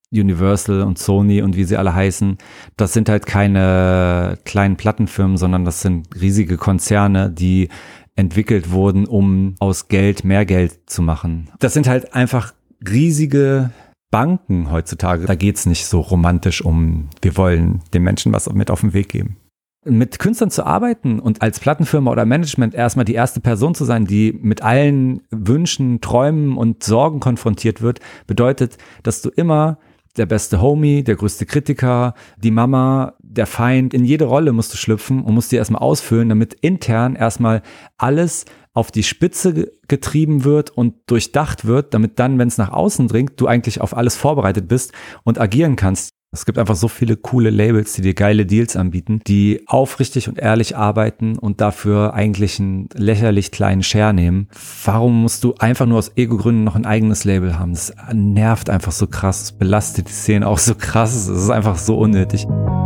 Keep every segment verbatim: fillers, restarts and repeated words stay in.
Universal und Sony und wie sie alle heißen, das sind halt keine kleinen Plattenfirmen, sondern das sind riesige Konzerne, die entwickelt wurden, um aus Geld mehr Geld zu machen. Das sind halt einfach riesige Banken heutzutage. Da geht's nicht so romantisch um, wir wollen den Menschen was mit auf den Weg geben. Mit Künstlern zu arbeiten und als Plattenfirma oder Management erstmal die erste Person zu sein, die mit allen Wünschen, Träumen und Sorgen konfrontiert wird, bedeutet, dass du immer der beste Homie, der größte Kritiker, die Mama, der Feind, in jede Rolle musst du schlüpfen und musst die erstmal ausfüllen, damit intern erstmal alles auf die Spitze getrieben wird und durchdacht wird, damit dann, wenn es nach außen dringt, du eigentlich auf alles vorbereitet bist und agieren kannst. Es gibt einfach so viele coole Labels, die dir geile Deals anbieten, die aufrichtig und ehrlich arbeiten und dafür eigentlich einen lächerlich kleinen Share nehmen. Warum musst du einfach nur aus Ego-Gründen noch ein eigenes Label haben? Das nervt einfach so krass, das belastet die Szene auch so krass, es ist einfach so unnötig.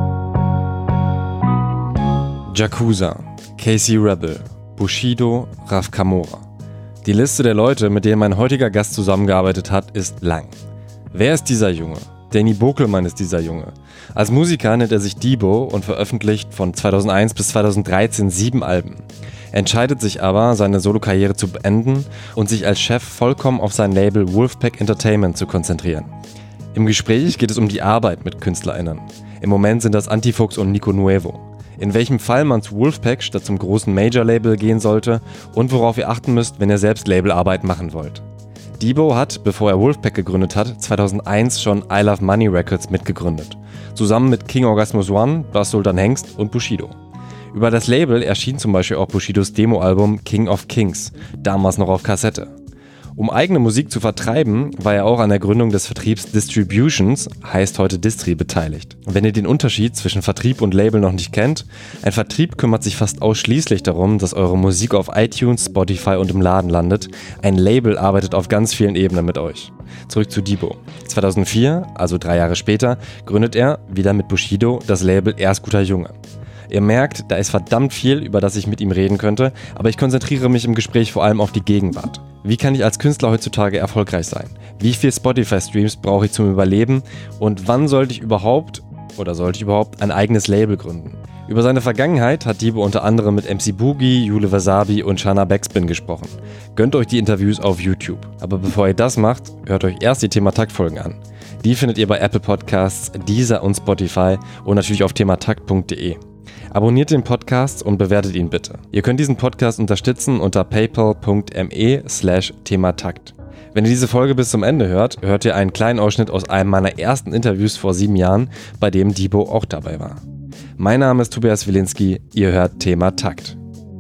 Yakuza, K C Rebel, Bushido, Raf Kamora. Die Liste der Leute, mit denen mein heutiger Gast zusammengearbeitet hat, ist lang. Wer ist dieser Junge? Danny Bokelmann ist dieser Junge. Als Musiker nennt er sich Debo und veröffentlicht von zweitausendeins bis zweitausenddreizehn sieben Alben. Er entscheidet sich aber, seine Solokarriere zu beenden und sich als Chef vollkommen auf sein Label Wolfpack Entertainment zu konzentrieren. Im Gespräch geht es um die Arbeit mit KünstlerInnen. Im Moment sind das Antifuchs und Nico Nuevo. In welchem Fall man zu Wolfpack statt zum großen Major-Label gehen sollte und worauf ihr achten müsst, wenn ihr selbst Labelarbeit machen wollt. Debo hat, bevor er Wolfpack gegründet hat, zweitausendeins schon I Love Money Records mitgegründet. Zusammen mit King Orgasmus One, Bass Sultan Hengst und Bushido. Über das Label erschien zum Beispiel auch Bushidos Demoalbum King of Kings, damals noch auf Kassette. Um eigene Musik zu vertreiben, war er auch an der Gründung des Vertriebs Distributions, heißt heute Distri, beteiligt. Wenn ihr den Unterschied zwischen Vertrieb und Label noch nicht kennt, ein Vertrieb kümmert sich fast ausschließlich darum, dass eure Musik auf iTunes, Spotify und im Laden landet. Ein Label arbeitet auf ganz vielen Ebenen mit euch. Zurück zu Debo. zweitausendvier, also drei Jahre später, gründet er, wieder mit Bushido, das Label Erst guter Junge. Ihr merkt, da ist verdammt viel, über das ich mit ihm reden könnte, aber ich konzentriere mich im Gespräch vor allem auf die Gegenwart. Wie kann ich als Künstler heutzutage erfolgreich sein? Wie viel Spotify-Streams brauche ich zum Überleben? Und wann sollte ich überhaupt, oder sollte ich überhaupt, ein eigenes Label gründen? Über seine Vergangenheit hat Debo unter anderem mit M C Boogie, Jule Wasabi und Shana Backspin gesprochen. Gönnt euch die Interviews auf YouTube. Aber bevor ihr das macht, hört euch erst die Thematakt-Folgen an. Die findet ihr bei Apple Podcasts, Deezer und Spotify und natürlich auf thematakt punkt de. Abonniert den Podcast und bewertet ihn bitte. Ihr könnt diesen Podcast unterstützen unter paypal punkt me slash thematakt. Wenn ihr diese Folge bis zum Ende hört, hört ihr einen kleinen Ausschnitt aus einem meiner ersten Interviews vor sieben Jahren, bei dem Debo auch dabei war. Mein Name ist Tobias Wilinski, ihr hört Thematakt.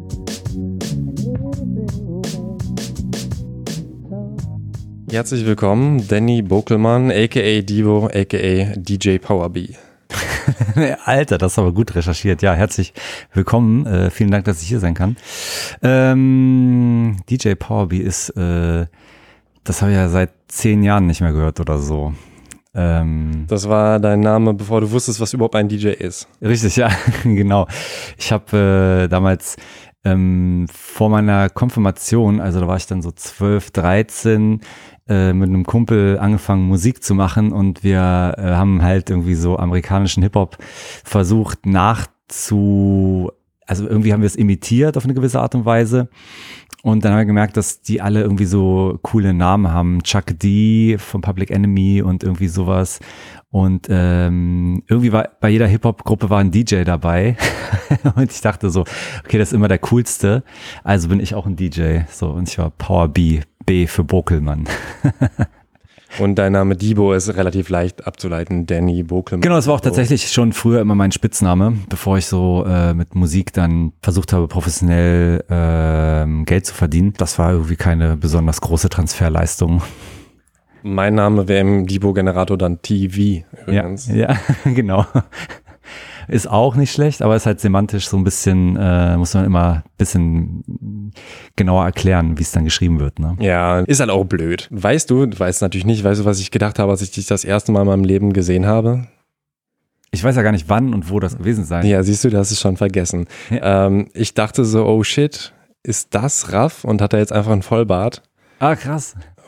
Herzlich willkommen, Danny Bokelmann, aka Debo, aka D J Powerbee. Alter, das ist aber gut recherchiert. Ja, herzlich willkommen. Äh, vielen Dank, dass ich hier sein kann. Ähm, D J Powerbee ist, äh, das habe ich ja seit zehn Jahren nicht mehr gehört oder so. Ähm, das war dein Name, bevor du wusstest, was überhaupt ein D J ist. Richtig, ja, genau. Ich habe äh, damals ähm, vor meiner Konfirmation, also da war ich dann so zwölf, dreizehn, äh, mit einem Kumpel angefangen Musik zu machen und wir äh, haben halt irgendwie so amerikanischen Hip-Hop versucht nachzu, also irgendwie haben wir es imitiert auf eine gewisse Art und Weise. Und dann haben wir gemerkt, dass die alle irgendwie so coole Namen haben. Chuck D von Public Enemy und irgendwie sowas. Und ähm, irgendwie war bei jeder Hip-Hop-Gruppe war ein D J dabei. Und ich dachte so, okay, das ist immer der Coolste. Also bin ich auch ein D J. So, und ich war Powerbee, B für Bokelmann. Und dein Name Debo ist relativ leicht abzuleiten, Danny Bokelmann. Genau, das war auch tatsächlich schon früher immer mein Spitzname, bevor ich so äh, mit Musik dann versucht habe, professionell äh, Geld zu verdienen. Das war irgendwie keine besonders große Transferleistung. Mein Name wäre im Debo-Generator dann T V übrigens. Ja, ja, genau. Ist auch nicht schlecht, aber ist halt semantisch so ein bisschen, äh, muss man immer ein bisschen genauer erklären, wie es dann geschrieben wird. Ne? Ja, ist halt auch blöd. Weißt du, du weißt natürlich nicht, weißt du, was ich gedacht habe, als ich dich das erste Mal in meinem Leben gesehen habe? Ich weiß ja gar nicht, wann und wo das gewesen sein. Ja, siehst du, du hast es schon vergessen. Ja. Ähm, ich dachte so, oh shit, ist das Raff und hat er jetzt einfach einen Vollbart? Ah, krass.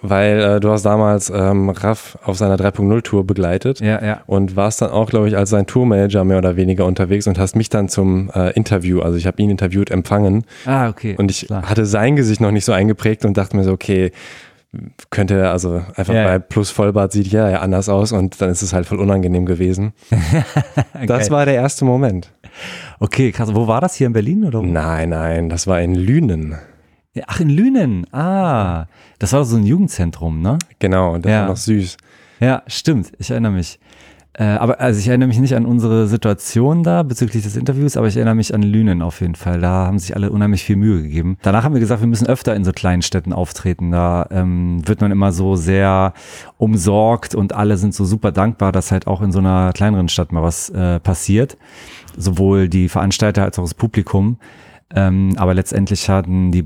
weil äh, du hast damals ähm, Raff auf seiner drei Punkt null Tour begleitet Ja, ja. und warst dann auch, glaube ich, als sein Tourmanager mehr oder weniger unterwegs und hast mich dann zum äh, Interview, also ich habe ihn interviewt, empfangen. Ah, okay. Und ich Klar. hatte sein Gesicht noch nicht so eingeprägt und dachte mir so, okay, könnte er, also einfach Ja, bei ja. Plus Vollbart sieht ja, ja anders aus und dann ist es halt voll unangenehm gewesen. Das Geil. war der erste Moment. Okay, krass. Wo war das? Hier in Berlin oder wo? Nein, nein, das war in Lünen. Ja, ach, in Lünen. Ah, das war so ein Jugendzentrum, ne? Genau, und das Ja. war noch süß. Ja, stimmt. Ich erinnere mich. Äh, aber also ich erinnere mich nicht an unsere Situation da bezüglich des Interviews, aber ich erinnere mich an Lünen auf jeden Fall. Da haben sich alle unheimlich viel Mühe gegeben. Danach haben wir gesagt, wir müssen öfter in so kleinen Städten auftreten. Da ähm, wird man immer so sehr umsorgt und alle sind so super dankbar, dass halt auch in so einer kleineren Stadt mal was äh, passiert. Sowohl die Veranstalter als auch das Publikum. Ähm, aber letztendlich hatten die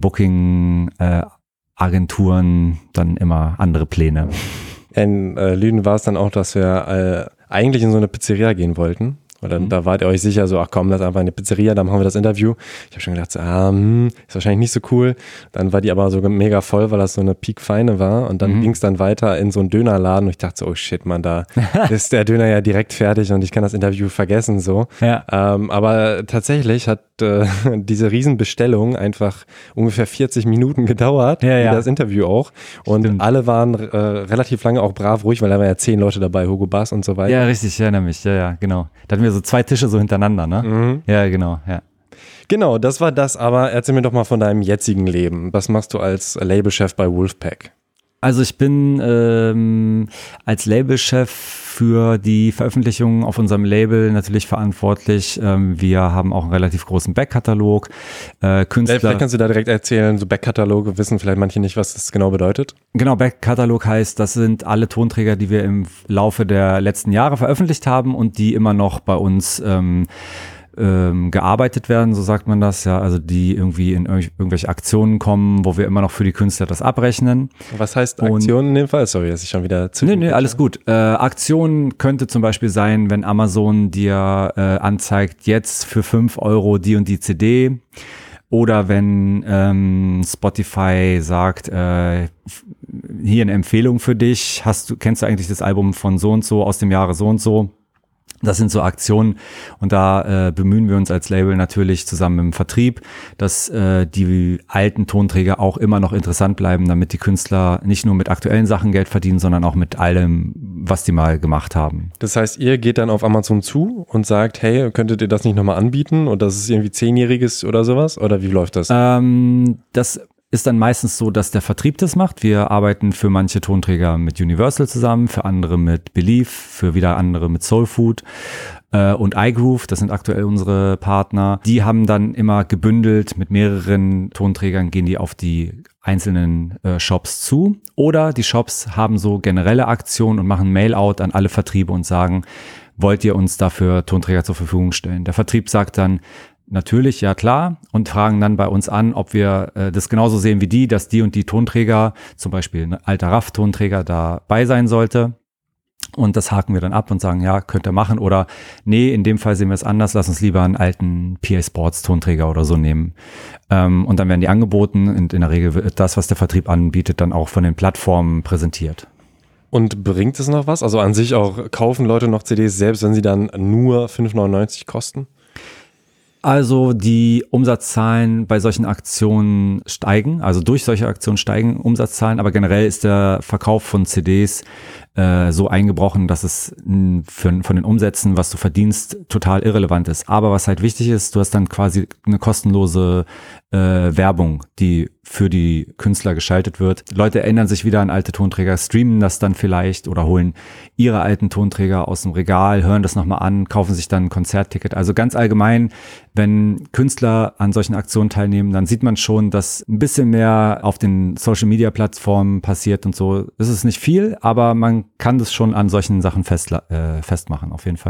Booking-Agenturen dann immer andere Pläne. In äh, Lünen war es dann auch, dass wir äh, eigentlich in so eine Pizzeria gehen wollten. Und dann, Mhm. da wart ihr euch sicher so, ach komm, lass einfach in eine Pizzeria, dann machen wir das Interview. Ich habe schon gedacht, so, ah, hm, ist wahrscheinlich nicht so cool. Dann war die aber so mega voll, weil das so eine Peak-Feine war. Und dann Mhm. ging es dann weiter in so einen Dönerladen. Und ich dachte so, oh shit, man, da ist der Döner ja direkt fertig und ich kann das Interview vergessen so. Ja. Ähm, aber tatsächlich hat äh, diese Riesenbestellung einfach ungefähr vierzig Minuten gedauert, Ja, wie ja. das Interview auch. Und Stimmt. alle waren äh, relativ lange auch brav ruhig, weil da waren ja zehn Leute dabei, Hugo Bass und so weiter. Ja, richtig, ich erinnere mich. Ja, ja, genau. Da hatten wir so zwei Tische so hintereinander, ne? Mhm. Ja, genau, ja. Genau, das war das, aber erzähl mir doch mal von deinem jetzigen Leben. Was machst du als Labelchef bei Wolfpack? Also ich bin ähm, als Labelchef für die Veröffentlichungen auf unserem Label natürlich verantwortlich. Ähm, wir haben auch einen relativ großen Backkatalog. Äh, Künstler. Vielleicht kannst du da direkt erzählen, so Backkataloge, wissen vielleicht manche nicht, was das genau bedeutet. Genau, Backkatalog heißt, das sind alle Tonträger, die wir im Laufe der letzten Jahre veröffentlicht haben und die immer noch bei uns ähm, ähm, gearbeitet werden, so sagt man das, ja, also die irgendwie in irg- irgendwelche Aktionen kommen, wo wir immer noch für die Künstler das abrechnen. Was heißt Und- Aktion in dem Fall? Sorry, dass ich schon wieder zu. Nee, nee, alles gut. Äh, Aktion könnte zum Beispiel sein, wenn Amazon dir äh, anzeigt, jetzt für fünf Euro die und die C D. Oder wenn ähm, Spotify sagt, äh, f- hier eine Empfehlung für dich, hast du, kennst du eigentlich das Album von so und so aus dem Jahre so und so? Das sind so Aktionen und da äh, bemühen wir uns als Label natürlich zusammen mit dem Vertrieb, dass äh, die alten Tonträger auch immer noch interessant bleiben, damit die Künstler nicht nur mit aktuellen Sachen Geld verdienen, sondern auch mit allem, was die mal gemacht haben. Das heißt, ihr geht dann auf Amazon zu und sagt, hey, könntet ihr das nicht nochmal anbieten? Und das ist irgendwie zehnjähriges oder sowas? Oder wie läuft das? Ähm, das ist dann meistens so, dass der Vertrieb das macht. Wir arbeiten für manche Tonträger mit Universal zusammen, für andere mit Belief, für wieder andere mit Soul Food äh, und iGroove. Das sind aktuell unsere Partner. Die haben dann immer gebündelt mit mehreren Tonträgern, gehen die auf die einzelnen äh, Shops zu. Oder die Shops haben so generelle Aktionen und machen Mail-out an alle Vertriebe und sagen, wollt ihr uns dafür Tonträger zur Verfügung stellen? Der Vertrieb sagt dann, natürlich, ja klar, und fragen dann bei uns an, ob wir äh, das genauso sehen wie die, dass die und die Tonträger, zum Beispiel ein alter Raff-Tonträger dabei sein sollte. Und das haken wir dann ab und sagen, ja, könnt ihr machen. Oder nee, in dem Fall sehen wir es anders, lass uns lieber einen alten P A Sports Tonträger oder so nehmen. Ähm, und dann werden die angeboten und in der Regel wird das, was der Vertrieb anbietet, dann auch von den Plattformen präsentiert. Und bringt es noch was? Also an sich auch, kaufen Leute noch C Ds selbst, wenn sie dann nur fünf neunundneunzig kosten? Also die Umsatzzahlen bei solchen Aktionen steigen, also durch solche Aktionen steigen Umsatzzahlen, aber generell ist der Verkauf von C Ds äh, so eingebrochen, dass es mh, für, von den Umsätzen, was du verdienst, total irrelevant ist. Aber was halt wichtig ist, du hast dann quasi eine kostenlose äh, Werbung, die für die Künstler geschaltet wird. Leute erinnern sich wieder an alte Tonträger, streamen das dann vielleicht oder holen ihre alten Tonträger aus dem Regal, hören das nochmal an, kaufen sich dann ein Konzertticket. Also ganz allgemein, wenn Künstler an solchen Aktionen teilnehmen, dann sieht man schon, dass ein bisschen mehr auf den Social-Media-Plattformen passiert und so. Das ist nicht viel, aber man kann das schon an solchen Sachen fest, äh, festmachen, auf jeden Fall.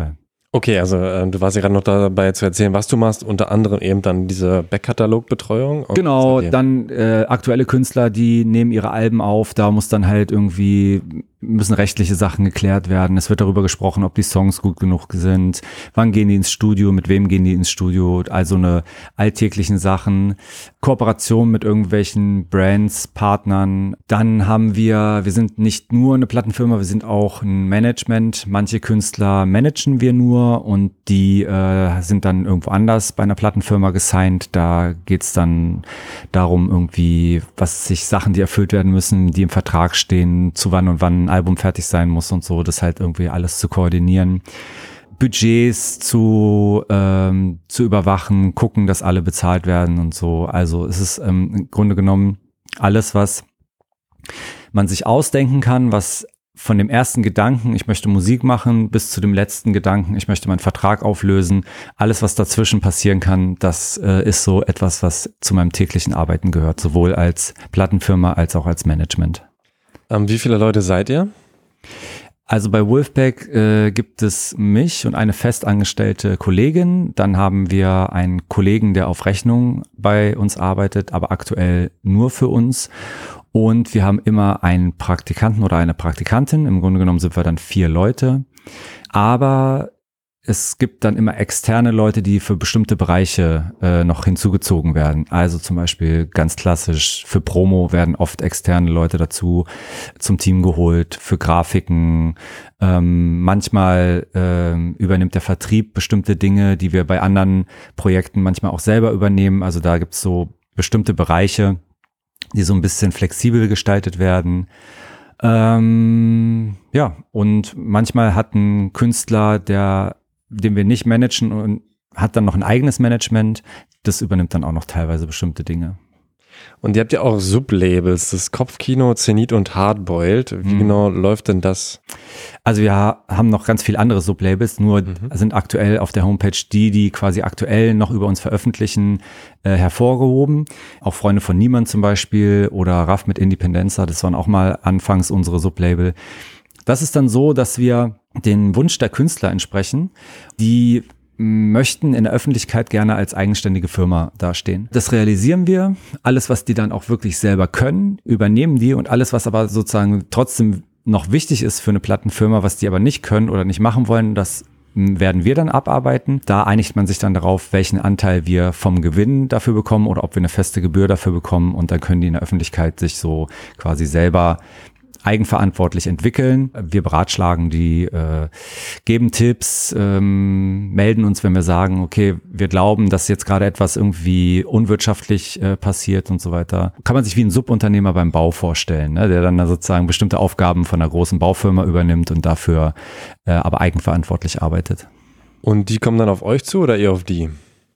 Okay, also äh, du warst ja gerade noch dabei zu erzählen, was du machst, unter anderem eben dann diese Backkatalogbetreuung. Genau, dann äh, aktuelle Künstler, die nehmen ihre Alben auf, da muss dann halt irgendwie, müssen rechtliche Sachen geklärt werden. Es wird darüber gesprochen, ob die Songs gut genug sind, wann gehen die ins Studio, mit wem gehen die ins Studio, also eine alltäglichen Sachen, Kooperation mit irgendwelchen Brands, Partnern. Dann haben wir, wir sind nicht nur eine Plattenfirma, wir sind auch ein Management. Manche Künstler managen wir nur und die äh, sind dann irgendwo anders bei einer Plattenfirma gesigned. Da geht's dann darum irgendwie, was sich Sachen, die erfüllt werden müssen, die im Vertrag stehen, zu wann und wann ein Album fertig sein muss und so, das halt irgendwie alles zu koordinieren. Budgets zu ähm, zu überwachen, gucken, dass alle bezahlt werden und so. Also es ist ähm, im Grunde genommen alles, was man sich ausdenken kann, was von dem ersten Gedanken, ich möchte Musik machen, bis zu dem letzten Gedanken, ich möchte meinen Vertrag auflösen, alles, was dazwischen passieren kann, das äh, ist so etwas, was zu meinem täglichen Arbeiten gehört, sowohl als Plattenfirma als auch als Management. Ähm, wie viele Leute seid ihr? Also bei Wolfpack äh, gibt es mich und eine festangestellte Kollegin. Dann haben wir einen Kollegen, der auf Rechnung bei uns arbeitet, aber aktuell nur für uns. Und wir haben immer einen Praktikanten oder eine Praktikantin. Im Grunde genommen sind wir dann vier Leute. Aber es gibt dann immer externe Leute, die für bestimmte Bereiche äh, noch hinzugezogen werden. Also zum Beispiel ganz klassisch für Promo werden oft externe Leute dazu zum Team geholt, für Grafiken. Ähm, manchmal ähm, übernimmt der Vertrieb bestimmte Dinge, die wir bei anderen Projekten manchmal auch selber übernehmen. Also da gibt's so bestimmte Bereiche, die so ein bisschen flexibel gestaltet werden. Ähm, ja, und manchmal hat ein Künstler, der den wir nicht managen und hat dann noch ein eigenes Management, das übernimmt dann auch noch teilweise bestimmte Dinge. Und ihr habt ja auch Sublabels, das Kopfkino, Zenit und Hardboiled. Wie mhm. genau läuft denn das? Also wir haben noch ganz viele andere Sublabels, nur mhm. sind aktuell auf der Homepage die, die quasi aktuell noch über uns veröffentlichen, äh, hervorgehoben. Auch Freunde von Niemand zum Beispiel oder Raff mit Independenza, das waren auch mal anfangs unsere Sublabel. Das ist dann so, dass wir den Wunsch der Künstler entsprechen, die möchten in der Öffentlichkeit gerne als eigenständige Firma dastehen. Das realisieren wir. Alles, was die dann auch wirklich selber können, übernehmen die und alles, was aber sozusagen trotzdem noch wichtig ist für eine Plattenfirma, was die aber nicht können oder nicht machen wollen, das werden wir dann abarbeiten. Da einigt man sich dann darauf, welchen Anteil wir vom Gewinn dafür bekommen oder ob wir eine feste Gebühr dafür bekommen und dann können die in der Öffentlichkeit sich so quasi selber eigenverantwortlich entwickeln. Wir beratschlagen die, äh, geben Tipps, ähm, melden uns, wenn wir sagen, okay, wir glauben, dass jetzt gerade etwas irgendwie unwirtschaftlich äh, passiert und so weiter. Kann man sich wie ein Subunternehmer beim Bau vorstellen, ne, der dann da sozusagen bestimmte Aufgaben von einer großen Baufirma übernimmt und dafür äh, aber eigenverantwortlich arbeitet. Und die kommen dann auf euch zu oder ihr auf die?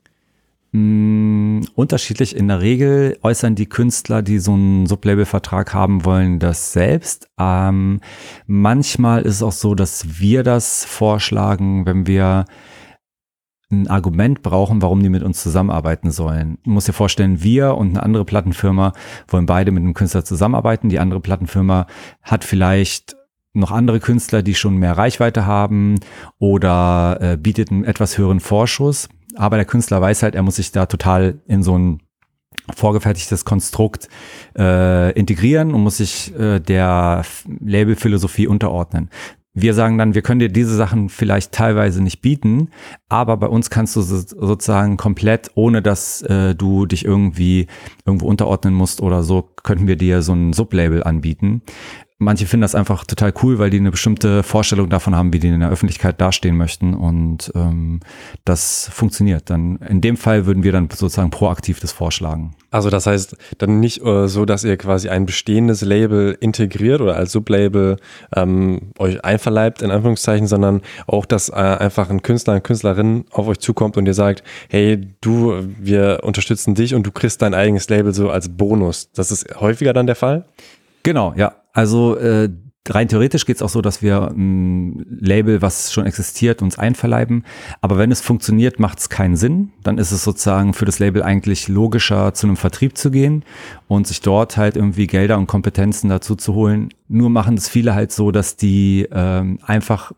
Mm, unterschiedlich. In der Regel äußern die Künstler, die so einen Sublabel-Vertrag haben wollen, das selbst. Ähm, manchmal ist es auch so, dass wir das vorschlagen, wenn wir ein Argument brauchen, warum die mit uns zusammenarbeiten sollen. Du musst dir vorstellen, wir und eine andere Plattenfirma wollen beide mit einem Künstler zusammenarbeiten. Die andere Plattenfirma hat vielleicht noch andere Künstler, die schon mehr Reichweite haben oder äh, bietet einen etwas höheren Vorschuss. Aber der Künstler weiß halt, er muss sich da total in so ein vorgefertigtes Konstrukt äh, integrieren und muss sich äh, der Labelphilosophie unterordnen. Wir sagen dann, wir können dir diese Sachen vielleicht teilweise nicht bieten, aber bei uns kannst du so, sozusagen komplett, ohne dass äh, du dich irgendwie irgendwo unterordnen musst oder so, könnten wir dir so ein Sublabel anbieten. Manche finden das einfach total cool, weil die eine bestimmte Vorstellung davon haben, wie die in der Öffentlichkeit dastehen möchten und ähm, das funktioniert. Dann in dem Fall würden wir dann sozusagen proaktiv das vorschlagen. Also das heißt dann nicht äh, so, dass ihr quasi ein bestehendes Label integriert oder als Sublabel ähm, euch einverleibt, in Anführungszeichen, sondern auch, dass äh, einfach ein Künstler, eine Künstlerin auf euch zukommt und ihr sagt, hey, du, wir unterstützen dich und du kriegst dein eigenes Label so als Bonus. Das ist häufiger dann der Fall? Genau, ja. Also äh, rein theoretisch geht's auch so, dass wir ein Label, was schon existiert, uns einverleiben. Aber wenn es funktioniert, macht's keinen Sinn. Dann ist es sozusagen für das Label eigentlich logischer, zu einem Vertrieb zu gehen und sich dort halt irgendwie Gelder und Kompetenzen dazu zu holen. Nur machen das viele halt so, dass die ähm, einfach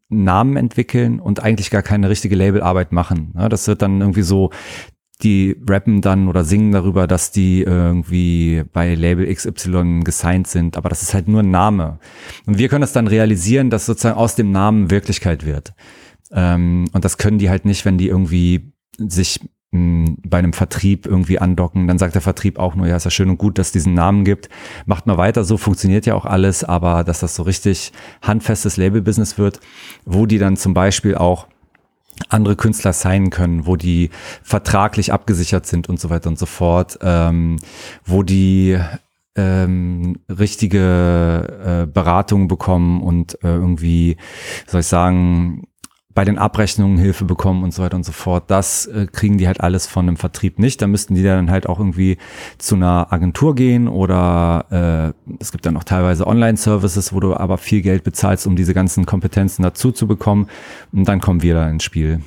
Namen entwickeln und eigentlich gar keine richtige Labelarbeit machen. Ja, das wird dann irgendwie so, die rappen dann oder singen darüber, dass die irgendwie bei Label X Y gesigned sind, aber das ist halt nur ein Name. Und wir können das dann realisieren, dass sozusagen aus dem Namen Wirklichkeit wird. Ähm, und das können die halt nicht, wenn die irgendwie sich mh, bei einem Vertrieb irgendwie andocken. Dann sagt der Vertrieb auch nur, ja, ist ja schön und gut, dass es diesen Namen gibt. Macht mal weiter, so funktioniert ja auch alles, aber dass das so richtig handfestes Label-Business wird, wo die dann zum Beispiel auch andere Künstler signen können, wo die vertraglich abgesichert sind und so weiter und so fort, ähm, wo die ähm, richtige äh, Beratung bekommen und äh, irgendwie, soll ich sagen, bei den Abrechnungen Hilfe bekommen und so weiter und so fort. Das äh, kriegen die halt alles von einem Vertrieb nicht. Da müssten die dann halt auch irgendwie zu einer Agentur gehen oder äh, es gibt dann noch teilweise Online-Services, wo du aber viel Geld bezahlst, um diese ganzen Kompetenzen dazu zu bekommen. Und dann kommen wir da ins Spiel.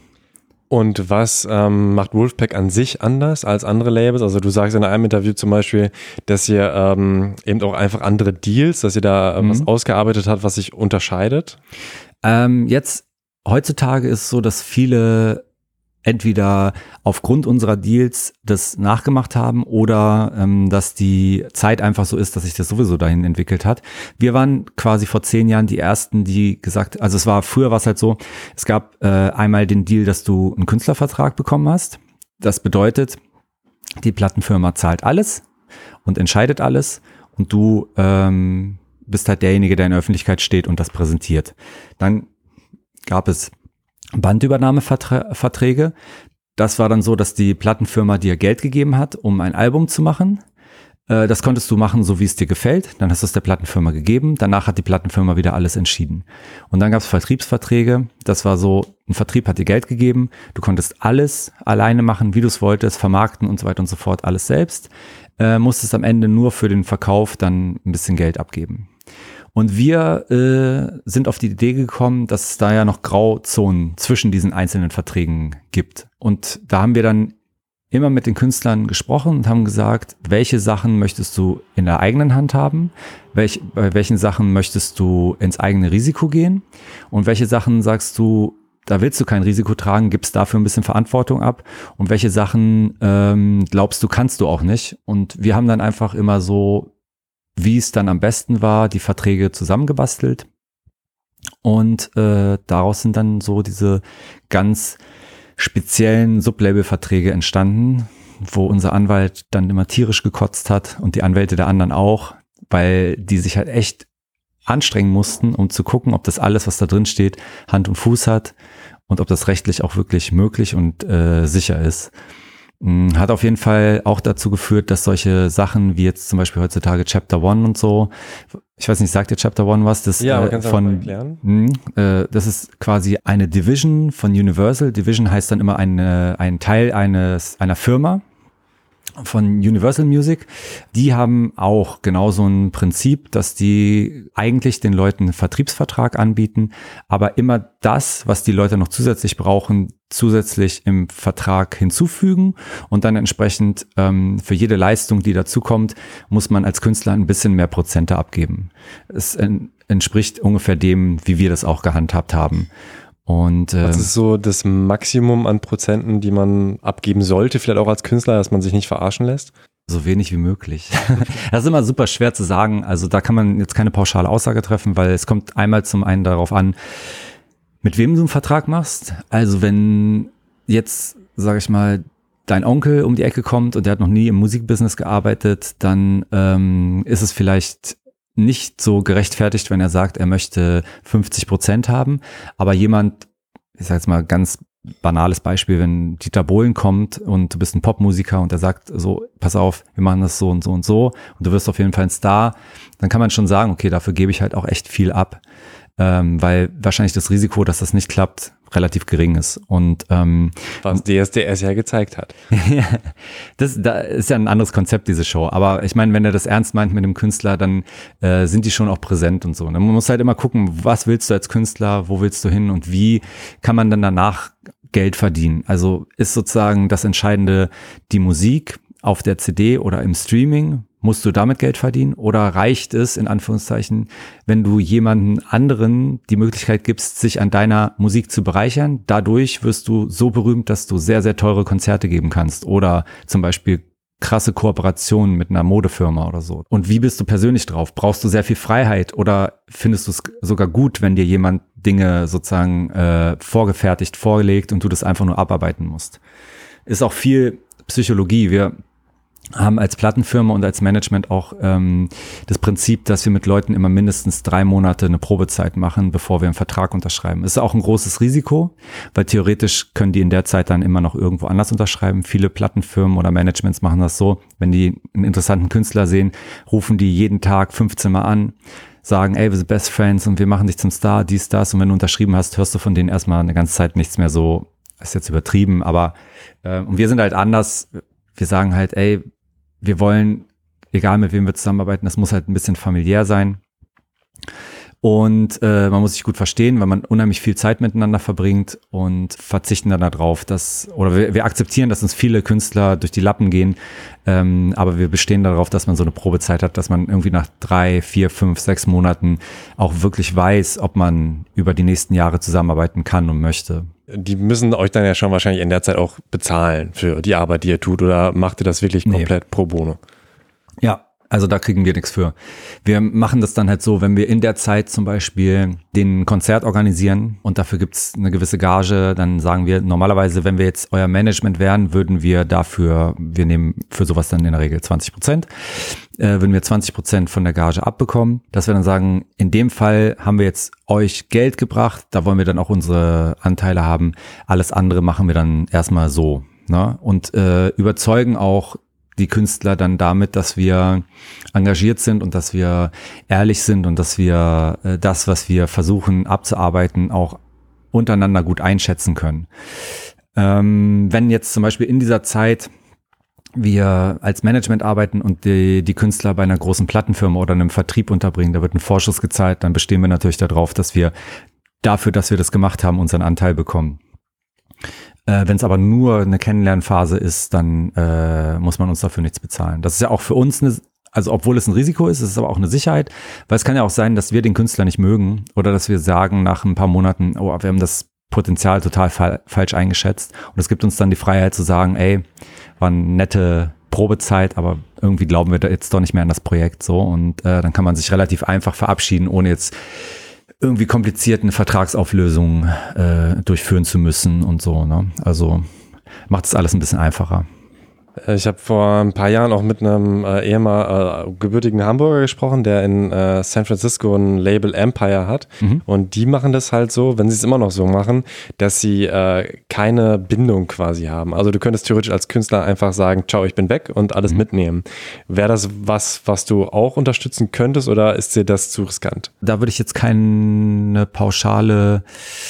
Und was ähm, macht Wolfpack an sich anders als andere Labels? Also du sagst in einem Interview zum Beispiel, dass ihr ähm, eben auch einfach andere Deals, dass ihr da äh, mhm. was ausgearbeitet habt, was sich unterscheidet? Ähm, jetzt Heutzutage ist es so, dass viele entweder aufgrund unserer Deals das nachgemacht haben oder ähm, dass die Zeit einfach so ist, dass sich das sowieso dahin entwickelt hat. Wir waren quasi vor zehn Jahren die Ersten, die gesagt, also es war, früher war es halt so, es gab äh, einmal den Deal, dass du einen Künstlervertrag bekommen hast. Das bedeutet, die Plattenfirma zahlt alles und entscheidet alles und du ähm, bist halt derjenige, der in der Öffentlichkeit steht und das präsentiert. Dann gab es Bandübernahmeverträge. Das war dann so, dass die Plattenfirma dir Geld gegeben hat, um ein Album zu machen. Das konntest du machen, so wie es dir gefällt. Dann hast du es der Plattenfirma gegeben. Danach hat die Plattenfirma wieder alles entschieden. Und dann gab es Vertriebsverträge. Das war so, ein Vertrieb hat dir Geld gegeben. Du konntest alles alleine machen, wie du es wolltest, vermarkten und so weiter und so fort, alles selbst. Äh, musstest am Ende nur für den Verkauf dann ein bisschen Geld abgeben. Und wir äh, sind auf die Idee gekommen, dass es da ja noch Grauzonen zwischen diesen einzelnen Verträgen gibt. Und da haben wir dann immer mit den Künstlern gesprochen und haben gesagt, welche Sachen möchtest du in der eigenen Hand haben, welch, bei welchen Sachen möchtest du ins eigene Risiko gehen und welche Sachen sagst du, da willst du kein Risiko tragen, gibst dafür ein bisschen Verantwortung ab und welche Sachen ähm, glaubst du, kannst du auch nicht. Und wir haben dann einfach immer so, wie es dann am besten war, die Verträge zusammengebastelt und äh, daraus sind dann so diese ganz speziellen Sublabel-Verträge entstanden, wo unser Anwalt dann immer tierisch gekotzt hat und die Anwälte der anderen auch, weil die sich halt echt anstrengen mussten, um zu gucken, ob das alles, was da drin steht, Hand und Fuß hat und ob das rechtlich auch wirklich möglich und äh, sicher ist. Hat auf jeden Fall auch dazu geführt, dass solche Sachen wie jetzt zum Beispiel heutzutage Chapter One und so, ich weiß nicht, sagt dir Chapter One was? Das, ja, aber äh, kannst du von, mal erklären? Mh, äh, das ist quasi eine Division von Universal. Division heißt dann immer eine, ein Teil eines einer Firma von Universal Music. Die haben auch genau so ein Prinzip, dass die eigentlich den Leuten einen Vertriebsvertrag anbieten, aber immer das, was die Leute noch zusätzlich brauchen, zusätzlich im Vertrag hinzufügen und dann entsprechend ähm, für jede Leistung, die dazukommt, muss man als Künstler ein bisschen mehr Prozente abgeben. Es en- entspricht ungefähr dem, wie wir das auch gehandhabt haben. Und äh, das ist so das Maximum an Prozenten, die man abgeben sollte, vielleicht auch als Künstler, dass man sich nicht verarschen lässt? So wenig wie möglich. Das ist immer super schwer zu sagen. Also da kann man jetzt keine pauschale Aussage treffen, weil es kommt einmal zum einen darauf an, mit wem du einen Vertrag machst. Also wenn jetzt, sage ich mal, dein Onkel um die Ecke kommt und der hat noch nie im Musikbusiness gearbeitet, dann ähm, ist es vielleicht nicht so gerechtfertigt, wenn er sagt, er möchte fünfzig Prozent haben, aber jemand, ich sage jetzt mal ganz banales Beispiel, wenn Dieter Bohlen kommt und du bist ein Popmusiker und er sagt so, pass auf, wir machen das so und so und so und du wirst auf jeden Fall ein Star, dann kann man schon sagen, okay, dafür gebe ich halt auch echt viel ab, ähm, weil wahrscheinlich das Risiko, dass das nicht klappt, relativ gering ist. Und ähm, was D S D S ja gezeigt hat. das da ist ja ein anderes Konzept, diese Show. Aber ich meine, wenn er das ernst meint mit dem Künstler, dann äh, sind die schon auch präsent und so. Man muss halt immer gucken, was willst du als Künstler, wo willst du hin und wie kann man dann danach Geld verdienen. Also ist sozusagen das Entscheidende die Musik auf der C D oder im Streaming? Musst du damit Geld verdienen oder reicht es, in Anführungszeichen, wenn du jemanden anderen die Möglichkeit gibst, sich an deiner Musik zu bereichern? Dadurch wirst du so berühmt, dass du sehr, sehr teure Konzerte geben kannst oder zum Beispiel krasse Kooperationen mit einer Modefirma oder so. Und wie bist du persönlich drauf? Brauchst du sehr viel Freiheit oder findest du es sogar gut, wenn dir jemand Dinge sozusagen äh, vorgefertigt, vorgelegt und du das einfach nur abarbeiten musst? Ist auch viel Psychologie. Wir haben als Plattenfirma und als Management auch ähm, das Prinzip, dass wir mit Leuten immer mindestens drei Monate eine Probezeit machen, bevor wir einen Vertrag unterschreiben. Ist auch ein großes Risiko, weil theoretisch können die in der Zeit dann immer noch irgendwo anders unterschreiben. Viele Plattenfirmen oder Managements machen das so, wenn die einen interessanten Künstler sehen, rufen die jeden Tag fünfzehn Mal an, sagen, ey, wir sind Best Friends und wir machen dich zum Star, dies, das. Und wenn du unterschrieben hast, hörst du von denen erstmal eine ganze Zeit nichts mehr so, ist jetzt übertrieben, aber äh, und wir sind halt anders. Wir sagen halt, ey, wir wollen, egal mit wem wir zusammenarbeiten, das muss halt ein bisschen familiär sein. Und äh, man muss sich gut verstehen, weil man unheimlich viel Zeit miteinander verbringt und verzichten dann darauf, dass, oder wir, wir akzeptieren, dass uns viele Künstler durch die Lappen gehen, ähm, aber wir bestehen darauf, dass man so eine Probezeit hat, dass man irgendwie nach drei, vier, fünf, sechs Monaten auch wirklich weiß, ob man über die nächsten Jahre zusammenarbeiten kann und möchte. Die müssen euch dann ja schon wahrscheinlich in der Zeit auch bezahlen für die Arbeit, die ihr tut, oder macht ihr das wirklich komplett nee. pro bono? Ja. Also da kriegen wir nichts für. Wir machen das dann halt so, wenn wir in der Zeit zum Beispiel den Konzert organisieren und dafür gibt's eine gewisse Gage, dann sagen wir normalerweise, wenn wir jetzt euer Management wären, würden wir dafür, wir nehmen für sowas dann in der Regel zwanzig Prozent, äh, würden wir zwanzig Prozent von der Gage abbekommen, dass wir dann sagen, in dem Fall haben wir jetzt euch Geld gebracht, da wollen wir dann auch unsere Anteile haben, alles andere machen wir dann erstmal so, ne? Und äh, überzeugen auch die Künstler dann damit, dass wir engagiert sind und dass wir ehrlich sind und dass wir äh, das, was wir versuchen abzuarbeiten, auch untereinander gut einschätzen können. Ähm, wenn jetzt zum Beispiel in dieser Zeit wir als Management arbeiten und die, die Künstler bei einer großen Plattenfirma oder einem Vertrieb unterbringen, da wird ein Vorschuss gezahlt, dann bestehen wir natürlich darauf, dass wir dafür, dass wir das gemacht haben, unseren Anteil bekommen. Äh, wenn es aber nur eine Kennenlernphase ist, dann äh, muss man uns dafür nichts bezahlen. Das ist ja auch für uns, eine, also obwohl es ein Risiko ist, ist es aber auch eine Sicherheit, weil es kann ja auch sein, dass wir den Künstler nicht mögen oder dass wir sagen nach ein paar Monaten, oh, wir haben das Potenzial total fa- falsch eingeschätzt und es gibt uns dann die Freiheit zu sagen, ey, war eine nette Probezeit, aber irgendwie glauben wir da jetzt doch nicht mehr an das Projekt so und äh, dann kann man sich relativ einfach verabschieden, ohne jetzt irgendwie komplizierten Vertragsauflösungen äh, durchführen zu müssen und so, ne? Also macht es alles ein bisschen einfacher. Ich habe vor ein paar Jahren auch mit einem äh, ehemal äh, gebürtigen Hamburger gesprochen, der in äh, San Francisco ein Label Empire hat. Mhm. Und die machen das halt so, wenn sie es immer noch so machen, dass sie äh, keine Bindung quasi haben. Also du könntest theoretisch als Künstler einfach sagen, ciao, ich bin weg und alles mhm. mitnehmen. Wäre das was, was du auch unterstützen könntest oder ist dir das zu riskant? Da würde ich jetzt keine pauschale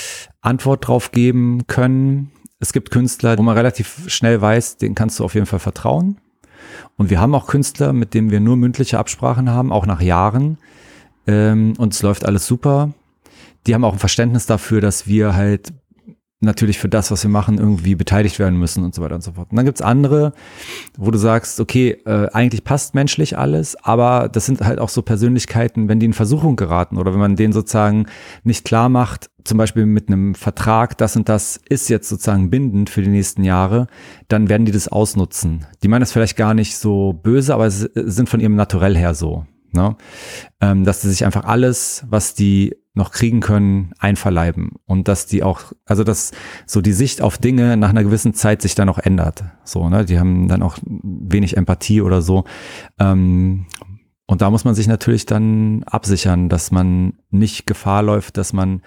Antwort drauf geben können. Es gibt Künstler, wo man relativ schnell weiß, denen kannst du auf jeden Fall vertrauen. Und wir haben auch Künstler, mit denen wir nur mündliche Absprachen haben, auch nach Jahren. Ähm, und es läuft alles super. Die haben auch ein Verständnis dafür, dass wir halt natürlich für das, was wir machen, irgendwie beteiligt werden müssen und so weiter und so fort. Und dann gibt's andere, wo du sagst, okay, äh, eigentlich passt menschlich alles, aber das sind halt auch so Persönlichkeiten, wenn die in Versuchung geraten oder wenn man denen sozusagen nicht klar macht, zum Beispiel mit einem Vertrag, das und das ist jetzt sozusagen bindend für die nächsten Jahre, dann werden die das ausnutzen. Die meinen das vielleicht gar nicht so böse, aber es sind von ihrem Naturell her so, ne? Ähm, dass die sich einfach alles, was die noch kriegen können, einverleiben und dass die auch, also dass so die Sicht auf Dinge nach einer gewissen Zeit sich dann auch ändert. So, ne, die haben dann auch wenig Empathie oder so. Ähm, und da muss man sich natürlich dann absichern, dass man nicht Gefahr läuft, dass man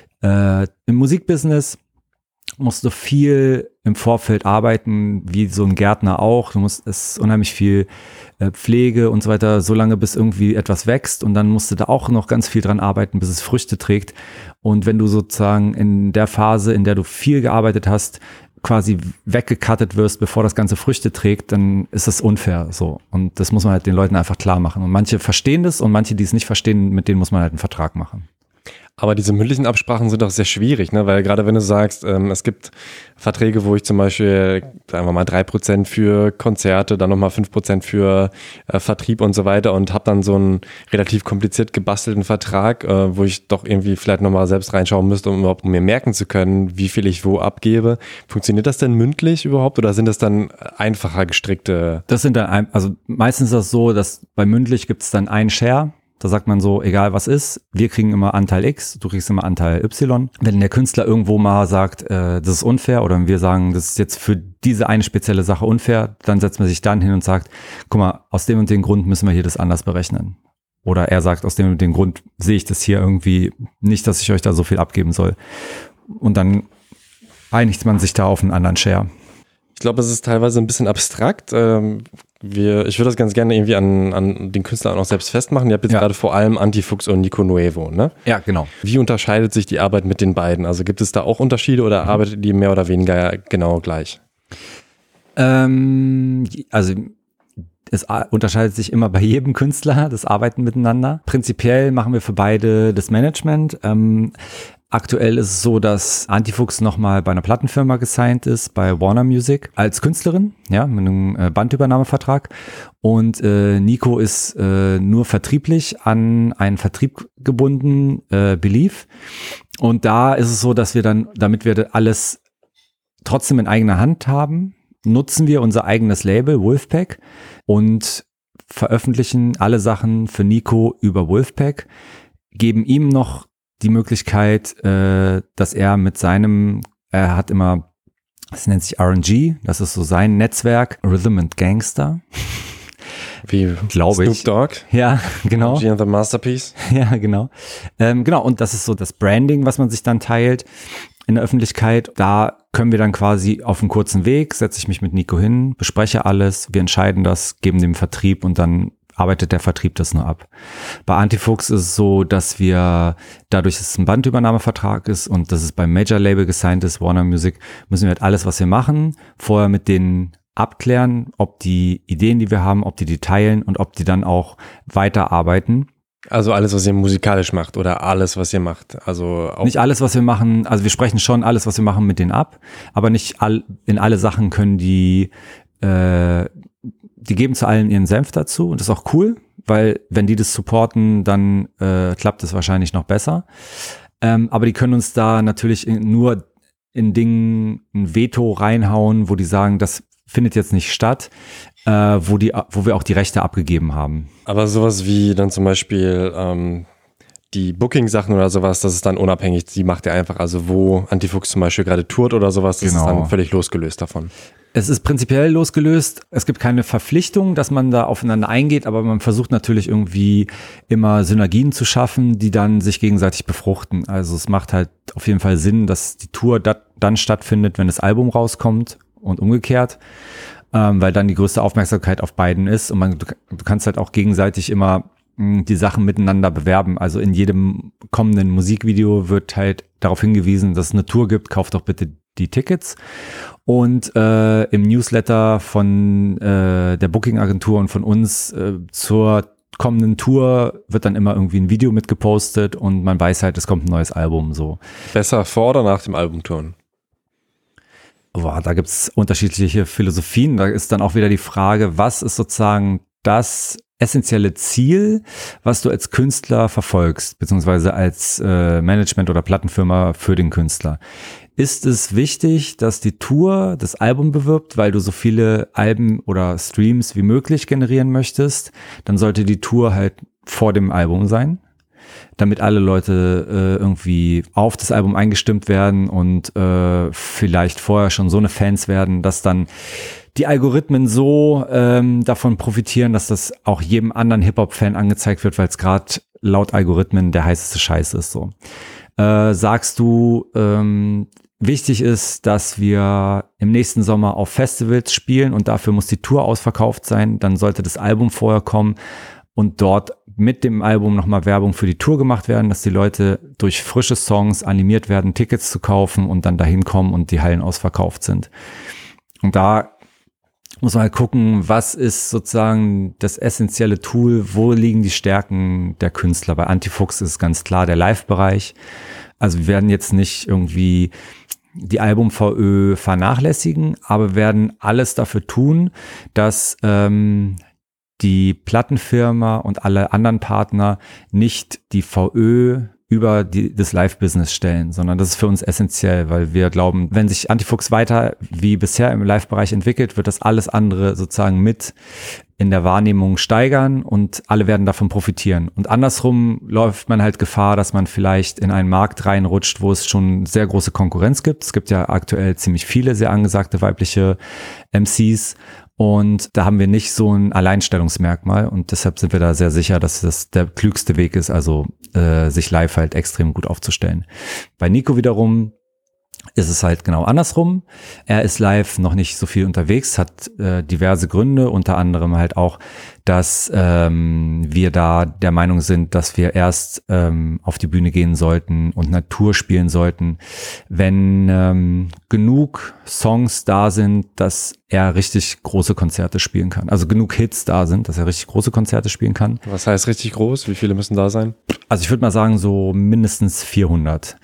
äh, im Musikbusiness musst du viel im Vorfeld arbeiten, wie so ein Gärtner auch. Du musst, es ist unheimlich viel äh, Pflege und so weiter, so lange bis irgendwie etwas wächst und dann musst du da auch noch ganz viel dran arbeiten, bis es Früchte trägt. Und wenn du sozusagen in der Phase, in der du viel gearbeitet hast, quasi weggecuttet wirst, bevor das Ganze Früchte trägt, dann ist das unfair so. Und das muss man halt den Leuten einfach klar machen. Und manche verstehen das und manche, die es nicht verstehen, mit denen muss man halt einen Vertrag machen. Aber diese mündlichen Absprachen sind doch sehr schwierig, ne? Weil gerade wenn du sagst, ähm, es gibt Verträge, wo ich zum Beispiel, sagen wir mal, drei Prozent für Konzerte, dann nochmal fünf Prozent für äh, Vertrieb und so weiter und habe dann so einen relativ kompliziert gebastelten Vertrag, äh, wo ich doch irgendwie vielleicht nochmal selbst reinschauen müsste, um überhaupt mir merken zu können, wie viel ich wo abgebe. Funktioniert das denn mündlich überhaupt oder sind das dann einfacher gestrickte? Das sind dann, ein, also meistens ist das so, dass bei mündlich gibt es dann einen Share. Da sagt man so, egal was ist, wir kriegen immer Anteil X, du kriegst immer Anteil Y. Wenn der Künstler irgendwo mal sagt, äh, das ist unfair, oder wenn wir sagen, das ist jetzt für diese eine spezielle Sache unfair, dann setzt man sich dann hin und sagt, guck mal, aus dem und dem Grund müssen wir hier das anders berechnen. Oder er sagt, aus dem und dem Grund sehe ich das hier irgendwie nicht, dass ich euch da so viel abgeben soll. Und dann einigt man sich da auf einen anderen Share. Ich glaube, es ist teilweise ein bisschen abstrakt. Ähm, wir, ich würde das ganz gerne irgendwie an, an den Künstlern auch noch selbst festmachen. Ihr habt jetzt ja gerade vor allem Antifuchs und Nico Nuevo, ne? Ja, genau. Wie unterscheidet sich die Arbeit mit den beiden? Also gibt es da auch Unterschiede oder mhm. arbeitet die mehr oder weniger genau gleich? Ähm, also es unterscheidet sich immer bei jedem Künstler, das Arbeiten miteinander. Prinzipiell machen wir für beide das Management. Ähm, Aktuell ist es so, dass Antifuchs nochmal bei einer Plattenfirma gesigned ist, bei Warner Music, als Künstlerin, ja, mit einem äh, Bandübernahmevertrag. Und äh, Nico ist äh, nur vertrieblich an einen Vertrieb gebunden, äh, Believe. Und da ist es so, dass wir dann, damit wir alles trotzdem in eigener Hand haben, nutzen wir unser eigenes Label Wolfpack und veröffentlichen alle Sachen für Nico über Wolfpack, geben ihm noch die Möglichkeit, äh, dass er mit seinem, er hat immer, das nennt sich R and G, das ist so sein Netzwerk, Rhythm and Gangster. Wie glaube ich. Snoop Dogg? Ja, genau. R and G and the Masterpiece? Ja, genau. Ähm, genau, und das ist so das Branding, was man sich dann teilt in der Öffentlichkeit. Da können wir dann quasi auf einem kurzen Weg, setze ich mich mit Nico hin, bespreche alles, wir entscheiden das, geben dem Vertrieb und dann arbeitet der Vertrieb das nur ab. Bei Antifuchs ist es so, dass wir, dadurch, dass es ein Bandübernahmevertrag ist und dass es beim Major-Label gesigned ist, Warner Music, müssen wir halt alles, was wir machen, vorher mit denen abklären, ob die Ideen, die wir haben, ob die die teilen und ob die dann auch weiterarbeiten. Also alles, was ihr musikalisch macht oder alles, was ihr macht. Also auch nicht alles, was wir machen, also wir sprechen schon alles, was wir machen, mit denen ab, aber nicht all, in alle Sachen können die äh, die geben zu allen ihren Senf dazu und das ist auch cool, weil wenn die das supporten, dann äh, klappt es wahrscheinlich noch besser. Ähm, aber die können uns da natürlich in, nur in Dingen ein Veto reinhauen, wo die sagen, das findet jetzt nicht statt, äh, wo die, wo wir auch die Rechte abgegeben haben. Aber sowas wie dann zum Beispiel ähm, die Booking-Sachen oder sowas, das ist dann unabhängig, die macht ihr einfach, also wo Antifuchs zum Beispiel gerade tourt oder sowas, das genau. ist dann völlig losgelöst davon. Es ist prinzipiell losgelöst. Es gibt keine Verpflichtung, dass man da aufeinander eingeht, aber man versucht natürlich irgendwie immer Synergien zu schaffen, die dann sich gegenseitig befruchten. Also es macht halt auf jeden Fall Sinn, dass die Tour dat, dann stattfindet, wenn das Album rauskommt und umgekehrt, ähm, weil dann die größte Aufmerksamkeit auf beiden ist und man, du, du kannst halt auch gegenseitig immer mh, die Sachen miteinander bewerben. Also in jedem kommenden Musikvideo wird halt darauf hingewiesen, dass es eine Tour gibt, kauft doch bitte die Tickets. Und äh, im Newsletter von äh, der Booking-Agentur und von uns äh, zur kommenden Tour wird dann immer irgendwie ein Video mitgepostet und man weiß halt, es kommt ein neues Album. So. Besser vor oder nach dem Albumtouren? Boah, da gibt's unterschiedliche Philosophien. Da ist dann auch wieder die Frage, was ist sozusagen das essentielle Ziel, was du als Künstler verfolgst, beziehungsweise als äh, Management oder Plattenfirma für den Künstler. Ist es wichtig, dass die Tour das Album bewirbt, weil du so viele Alben oder Streams wie möglich generieren möchtest? Dann sollte die Tour halt vor dem Album sein, damit alle Leute äh, irgendwie auf das Album eingestimmt werden und äh, vielleicht vorher schon so eine Fans werden, dass dann die Algorithmen so ähm, davon profitieren, dass das auch jedem anderen Hip-Hop-Fan angezeigt wird, weil es gerade laut Algorithmen der heißeste Scheiß ist. So äh, sagst du, ähm, wichtig ist, dass wir im nächsten Sommer auf Festivals spielen und dafür muss die Tour ausverkauft sein, dann sollte das Album vorher kommen und dort mit dem Album nochmal Werbung für die Tour gemacht werden, dass die Leute durch frische Songs animiert werden, Tickets zu kaufen und dann dahin kommen und die Hallen ausverkauft sind. Und da muss man halt gucken, was ist sozusagen das essentielle Tool, wo liegen die Stärken der Künstler. Bei Antifuchs ist ganz klar der Live-Bereich. Also wir werden jetzt nicht irgendwie die Album-V Ö vernachlässigen, aber werden alles dafür tun, dass ähm, die Plattenfirma und alle anderen Partner nicht die V Ö über die, das Live-Business stellen, sondern das ist für uns essentiell, weil wir glauben, wenn sich Antifuchs weiter wie bisher im Live-Bereich entwickelt, wird das alles andere sozusagen mit in der Wahrnehmung steigern und alle werden davon profitieren. Und andersrum läuft man halt Gefahr, dass man vielleicht in einen Markt reinrutscht, wo es schon sehr große Konkurrenz gibt. Es gibt ja aktuell ziemlich viele sehr angesagte weibliche M Cs. Und da haben wir nicht so ein Alleinstellungsmerkmal und deshalb sind wir da sehr sicher, dass das der klügste Weg ist, also äh, sich live halt extrem gut aufzustellen. Bei Nico wiederum ist es halt genau andersrum. Er ist live noch nicht so viel unterwegs, hat äh, diverse Gründe, unter anderem halt auch, dass ähm, wir da der Meinung sind, dass wir erst ähm, auf die Bühne gehen sollten und Natur spielen sollten, wenn ähm, genug Songs da sind, dass er richtig große Konzerte spielen kann. Also genug Hits da sind, dass er richtig große Konzerte spielen kann. Was heißt richtig groß? Wie viele müssen da sein? Also ich würde mal sagen, so mindestens vierhundert.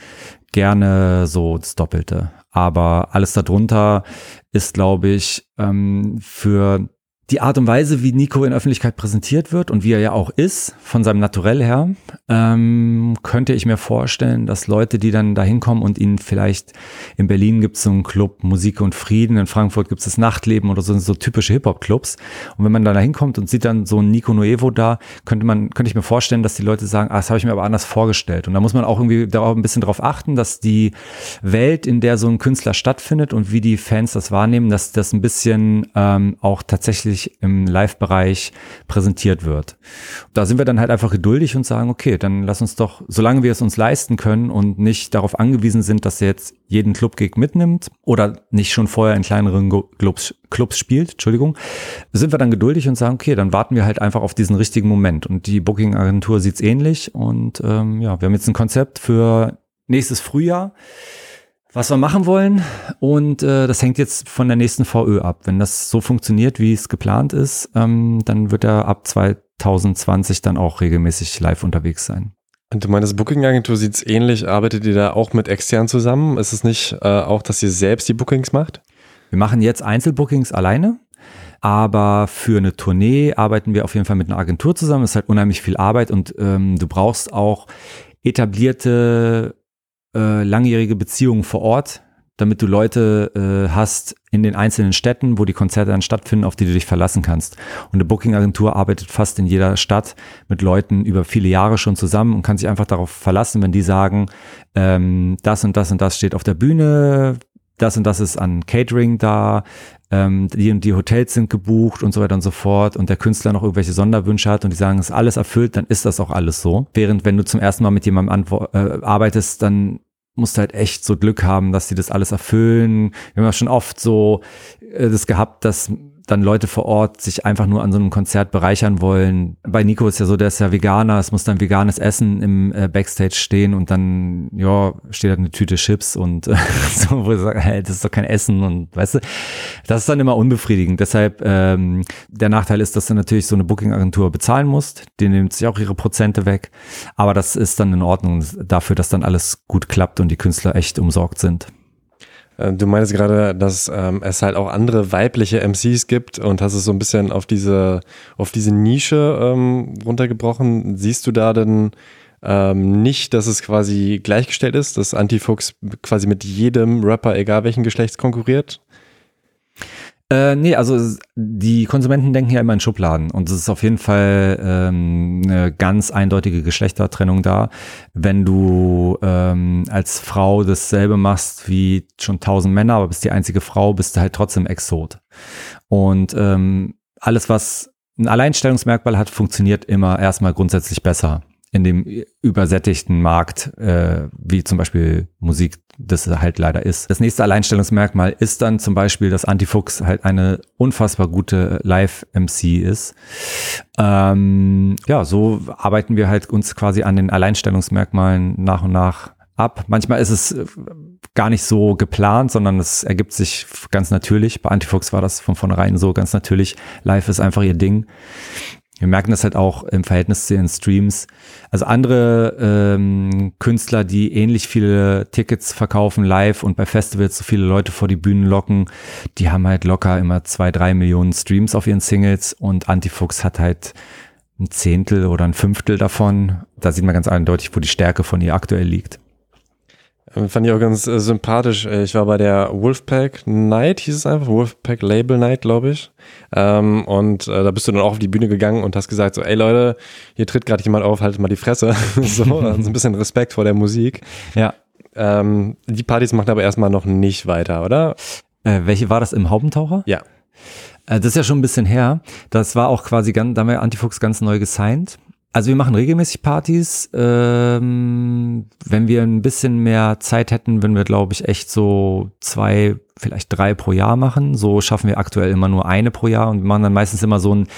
Gerne so das Doppelte. Aber alles darunter ist, glaube ich, ähm, für die Art und Weise, wie Nico in Öffentlichkeit präsentiert wird und wie er ja auch ist, von seinem Naturell her, ähm, könnte ich mir vorstellen, dass Leute, die dann da hinkommen und ihn vielleicht, in Berlin gibt es so einen Club Musik und Frieden, in Frankfurt gibt es das Nachtleben oder so, so typische Hip-Hop-Clubs. Und wenn man dann da hinkommt und sieht dann so einen Nico Nuevo da, könnte man, könnte ich mir vorstellen, dass die Leute sagen, ah, das habe ich mir aber anders vorgestellt. Und da muss man auch irgendwie darauf ein bisschen drauf achten, dass die Welt, in der so ein Künstler stattfindet und wie die Fans das wahrnehmen, dass das ein bisschen ähm, auch tatsächlich im Live-Bereich präsentiert wird. Da sind wir dann halt einfach geduldig und sagen, okay, dann lass uns doch, solange wir es uns leisten können und nicht darauf angewiesen sind, dass er jetzt jeden Club-Gig mitnimmt oder nicht schon vorher in kleineren Clubs, Clubs spielt, Entschuldigung, sind wir dann geduldig und sagen, okay, dann warten wir halt einfach auf diesen richtigen Moment. Und die Booking-Agentur sieht's ähnlich und ähm, ja, wir haben jetzt ein Konzept für nächstes Frühjahr, was wir machen wollen und äh, das hängt jetzt von der nächsten V Ö ab. Wenn das so funktioniert, wie es geplant ist, ähm, dann wird er ab zwanzig zwanzig dann auch regelmäßig live unterwegs sein. Und du meinst, Booking-Agentur sieht es ähnlich, arbeitet ihr da auch mit extern zusammen? Ist es nicht äh, auch, dass ihr selbst die Bookings macht? Wir machen jetzt Einzelbookings alleine, aber für eine Tournee arbeiten wir auf jeden Fall mit einer Agentur zusammen. Es ist halt unheimlich viel Arbeit und ähm, du brauchst auch etablierte Äh, langjährige Beziehungen vor Ort, damit du Leute äh, hast in den einzelnen Städten, wo die Konzerte dann stattfinden, auf die du dich verlassen kannst. Und eine Booking-Agentur arbeitet fast in jeder Stadt mit Leuten über viele Jahre schon zusammen und kann sich einfach darauf verlassen, wenn die sagen, ähm, das und das und das steht auf der Bühne, das und das ist an Catering da, ähm, die und die Hotels sind gebucht und so weiter und so fort und der Künstler noch irgendwelche Sonderwünsche hat und die sagen, es ist alles erfüllt, dann ist das auch alles so. Während wenn du zum ersten Mal mit jemandem antwo- äh, arbeitest, dann musst du halt echt so Glück haben, dass die das alles erfüllen. Wir haben ja schon oft so äh, das gehabt, dass dann Leute vor Ort sich einfach nur an so einem Konzert bereichern wollen. Bei Nico ist ja so, der ist ja Veganer, es muss dann veganes Essen im äh, Backstage stehen und dann, ja, steht da eine Tüte Chips und äh, so, wo ich sage, hey, das ist doch kein Essen und weißt du, das ist dann immer unbefriedigend. Deshalb, ähm, der Nachteil ist, dass du natürlich so eine Booking-Agentur bezahlen musst, die nimmt sich auch ihre Prozente weg, aber das ist dann in Ordnung dafür, dass dann alles gut klappt und die Künstler echt umsorgt sind. Du meinst gerade, dass ähm, es halt auch andere weibliche M Cs gibt und hast es so ein bisschen auf diese auf diese Nische ähm, runtergebrochen. Siehst du da denn ähm, nicht, dass es quasi gleichgestellt ist, dass Antifuchs quasi mit jedem Rapper, egal welchen Geschlechts, konkurriert? Äh, nee, also die Konsumenten denken ja immer in Schubladen und es ist auf jeden Fall ähm, eine ganz eindeutige Geschlechtertrennung da. Wenn du ähm, als Frau dasselbe machst wie schon tausend Männer, aber bist die einzige Frau, bist du halt trotzdem Exot. Und ähm, alles, was ein Alleinstellungsmerkmal hat, funktioniert immer erstmal grundsätzlich besser in dem übersättigten Markt, äh, wie zum Beispiel Musik, das halt leider ist. Das nächste Alleinstellungsmerkmal ist dann zum Beispiel, dass Antifuchs halt eine unfassbar gute Live-M C ist. Ähm, ja, so arbeiten wir halt uns quasi an den Alleinstellungsmerkmalen nach und nach ab. Manchmal ist es gar nicht so geplant, sondern es ergibt sich ganz natürlich. Bei Antifuchs war das von vornherein so ganz natürlich. Live ist einfach ihr Ding. Wir merken das halt auch im Verhältnis zu ihren Streams. Also andere ähm, Künstler, die ähnlich viele Tickets verkaufen live und bei Festivals so viele Leute vor die Bühnen locken, die haben halt locker immer zwei, drei Millionen Streams auf ihren Singles und Antifuchs hat halt ein Zehntel oder ein Fünftel davon. Da sieht man ganz eindeutig, wo die Stärke von ihr aktuell liegt. Fand ich auch ganz äh, sympathisch. Ich war bei der Wolfpack Night, hieß es einfach, Wolfpack Label Night, glaube ich. Ähm, und äh, da bist du dann auch auf die Bühne gegangen und hast gesagt so, ey Leute, hier tritt gerade jemand auf, haltet mal die Fresse. So, also ein bisschen Respekt vor der Musik. Ja. Ähm, die Partys machen aber erstmal noch nicht weiter, oder? Äh, welche war das im Haubentaucher? Ja. Äh, das ist ja schon ein bisschen her. Das war auch quasi, ganz, da haben wir Antifuchs ganz neu gesigned. Also wir machen regelmäßig Partys. Ähm, wenn wir ein bisschen mehr Zeit hätten, würden wir, glaube ich, echt so zwei, vielleicht drei pro Jahr machen. So schaffen wir aktuell immer nur eine pro Jahr und wir machen dann meistens immer so ein,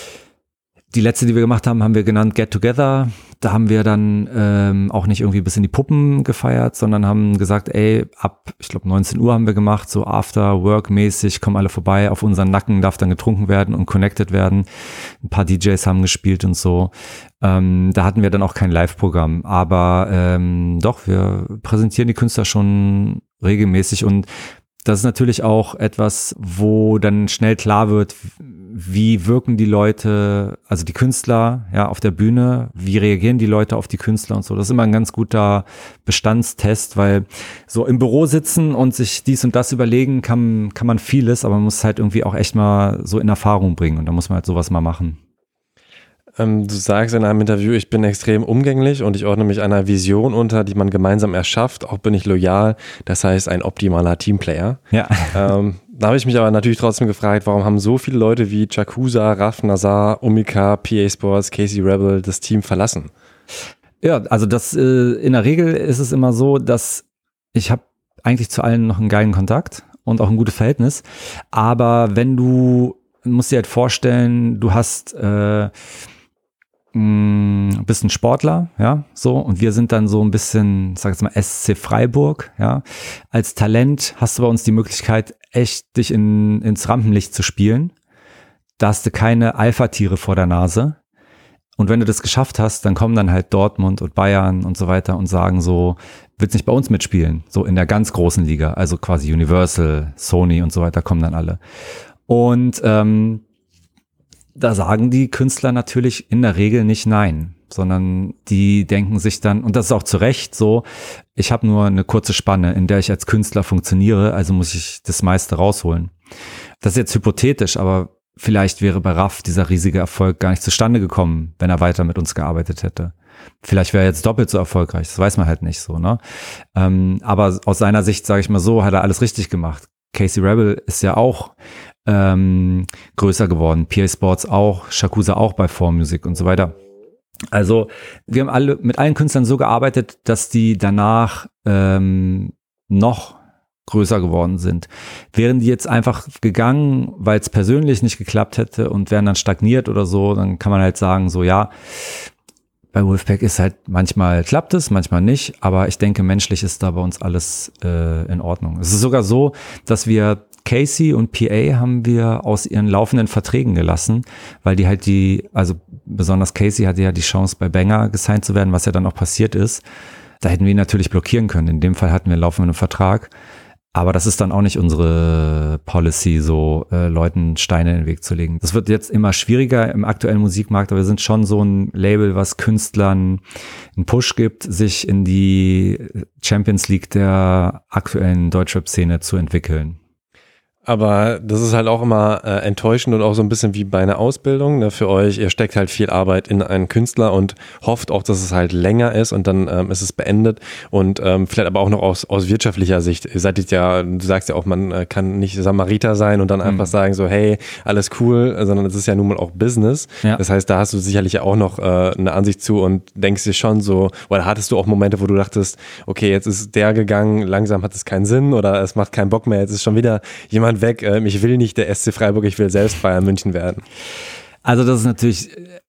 die letzte, die wir gemacht haben, haben wir genannt Get Together. Da haben wir dann ähm, auch nicht irgendwie bis in die Puppen gefeiert, sondern haben gesagt, ey, ab, ich glaube neunzehn Uhr haben wir gemacht, so After-Work-mäßig, kommen alle vorbei, auf unseren Nacken darf dann getrunken werden und connected werden. Ein paar D Js haben gespielt und so. Ähm, da hatten wir dann auch kein Live-Programm, aber ähm, doch, wir präsentieren die Künstler schon regelmäßig und das ist natürlich auch etwas, wo dann schnell klar wird, wie wirken die Leute, also die Künstler, ja, auf der Bühne, wie reagieren die Leute auf die Künstler und so. Das ist immer ein ganz guter Bestandstest, weil so im Büro sitzen und sich dies und das überlegen, kann, kann man vieles, aber man muss halt irgendwie auch echt mal so in Erfahrung bringen und da muss man halt sowas mal machen. Ähm, du sagst in einem Interview, ich bin extrem umgänglich und ich ordne mich einer Vision unter, die man gemeinsam erschafft. Auch bin ich loyal, das heißt ein optimaler Teamplayer. Ja. Ähm, da habe ich mich aber natürlich trotzdem gefragt, warum haben so viele Leute wie Jakuza, Raf Nazar, Omika, P A Sports, Casey Rebel das Team verlassen? Ja, also das äh, in der Regel ist es immer so, dass ich habe eigentlich zu allen noch einen geilen Kontakt und auch ein gutes Verhältnis. Aber wenn du, musst dir halt vorstellen, du hast äh, bist ein Sportler, ja, so, und wir sind dann so ein bisschen, ich sag jetzt mal, S C Freiburg, ja. Als Talent hast du bei uns die Möglichkeit, echt dich in, ins Rampenlicht zu spielen. Da hast du keine Alpha-Tiere vor der Nase. Und wenn du das geschafft hast, dann kommen dann halt Dortmund und Bayern und so weiter und sagen so, willst nicht bei uns mitspielen? So in der ganz großen Liga, also quasi Universal, Sony und so weiter kommen dann alle. Und, ähm, da sagen die Künstler natürlich in der Regel nicht nein, sondern die denken sich dann, und das ist auch zu Recht so, ich habe nur eine kurze Spanne, in der ich als Künstler funktioniere, also muss ich das meiste rausholen. Das ist jetzt hypothetisch, aber vielleicht wäre bei Raf dieser riesige Erfolg gar nicht zustande gekommen, wenn er weiter mit uns gearbeitet hätte. Vielleicht wäre er jetzt doppelt so erfolgreich, das weiß man halt nicht so, ne? Ähm, aber aus seiner Sicht, sage ich mal so, hat er alles richtig gemacht. Casey Rebel ist ja auch ähm, größer geworden, P A Sports auch, Jakuza auch bei four Music und so weiter. Also wir haben alle mit allen Künstlern so gearbeitet, dass die danach ähm, noch größer geworden sind. Wären die jetzt einfach gegangen, weil es persönlich nicht geklappt hätte und wären dann stagniert oder so, dann kann man halt sagen, so ja, bei Wolfpack ist halt, manchmal klappt es, manchmal nicht, aber ich denke, menschlich ist da bei uns alles äh, in Ordnung. Es ist sogar so, dass wir Casey und P A haben wir aus ihren laufenden Verträgen gelassen, weil die halt die, also besonders Casey hatte ja die Chance bei Banger gesigned zu werden, was ja dann auch passiert ist. Da hätten wir ihn natürlich blockieren können. In dem Fall hatten wir einen laufenden Vertrag. Aber das ist dann auch nicht unsere Policy, so äh, Leuten Steine in den Weg zu legen. Das wird jetzt immer schwieriger im aktuellen Musikmarkt, aber wir sind schon so ein Label, was Künstlern einen Push gibt, sich in die Champions League der aktuellen Deutschrap-Szene zu entwickeln. Aber das ist halt auch immer äh, enttäuschend und auch so ein bisschen wie bei einer Ausbildung, ne, für euch. Ihr steckt halt viel Arbeit in einen Künstler und hofft auch, dass es halt länger ist und dann ähm, ist es beendet. Und ähm, vielleicht aber auch noch aus, aus wirtschaftlicher Sicht. Ihr seid jetzt ja, du sagst ja auch, man äh, kann nicht Samariter sein und dann mhm. einfach sagen so, hey, alles cool, sondern es ist ja nun mal auch Business. Ja. Das heißt, da hast du sicherlich auch noch äh, eine Ansicht zu und denkst dir schon so, oder hattest du auch Momente, wo du dachtest, okay, jetzt ist der gegangen, langsam hat es keinen Sinn oder es macht keinen Bock mehr, jetzt ist schon wieder jemand weg, ich will nicht der S C Freiburg, ich will selbst Bayern München werden. Also das ist natürlich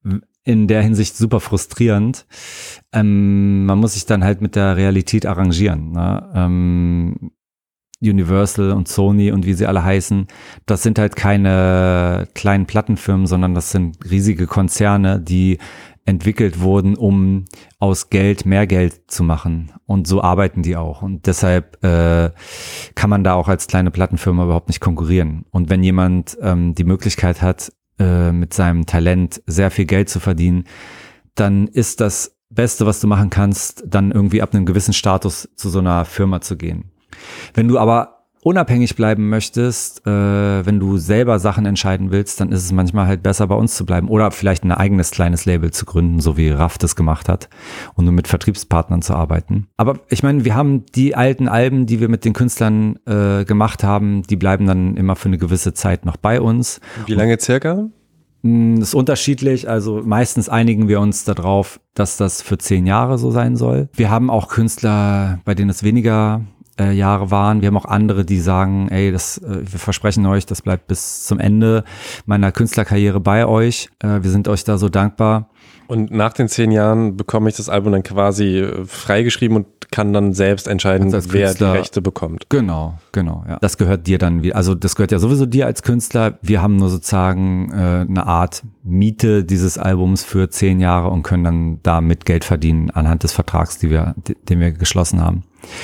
in der Hinsicht super frustrierend. Ähm, man muss sich dann halt mit der Realität arrangieren. Ne? Ähm, Universal und Sony und wie sie alle heißen, das sind halt keine kleinen Plattenfirmen, sondern das sind riesige Konzerne, die entwickelt wurden, um aus Geld mehr Geld zu machen. Und so arbeiten die auch. Und deshalb äh, kann man da auch als kleine Plattenfirma überhaupt nicht konkurrieren. Und wenn jemand ähm, die Möglichkeit hat, äh, mit seinem Talent sehr viel Geld zu verdienen, dann ist das Beste, was du machen kannst, dann irgendwie ab einem gewissen Status zu so einer Firma zu gehen. Wenn du aber unabhängig bleiben möchtest, äh, wenn du selber Sachen entscheiden willst, dann ist es manchmal halt besser, bei uns zu bleiben oder vielleicht ein eigenes kleines Label zu gründen, so wie Raff das gemacht hat und nur mit Vertriebspartnern zu arbeiten. Aber ich meine, wir haben die alten Alben, die wir mit den Künstlern äh, gemacht haben, die bleiben dann immer für eine gewisse Zeit noch bei uns. Wie lange circa? Das ist unterschiedlich, also meistens einigen wir uns darauf, dass das für zehn Jahre so sein soll. Wir haben auch Künstler, bei denen es weniger Äh, Jahre waren. Wir haben auch andere, die sagen, ey, das, äh, wir versprechen euch, das bleibt bis zum Ende meiner Künstlerkarriere bei euch. Äh, wir sind euch da so dankbar. Und nach den zehn Jahren bekomme ich das Album dann quasi freigeschrieben und kann dann selbst entscheiden, wer die Rechte bekommt. Genau, genau, ja. Das gehört dir dann, wie, also das gehört ja sowieso dir als Künstler. Wir haben nur sozusagen äh, eine Art Miete dieses Albums für zehn Jahre und können dann damit Geld verdienen anhand des Vertrags, die wir, den wir geschlossen haben.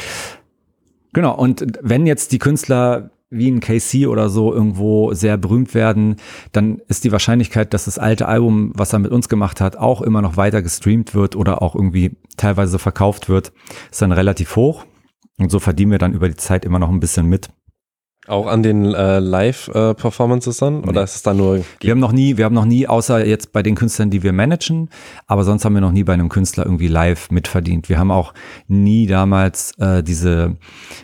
Genau, und wenn jetzt die Künstler wie ein K C oder so irgendwo sehr berühmt werden, dann ist die Wahrscheinlichkeit, dass das alte Album, was er mit uns gemacht hat, auch immer noch weiter gestreamt wird oder auch irgendwie teilweise verkauft wird, ist dann relativ hoch. Und so verdienen wir dann über die Zeit immer noch ein bisschen mit. Auch an den äh, Live-Performances dann? Oder nee. Ist es dann nur... Wir haben noch nie, wir haben noch nie, außer jetzt bei den Künstlern, die wir managen, aber sonst haben wir noch nie bei einem Künstler irgendwie live mitverdient. Wir haben auch nie damals äh, diese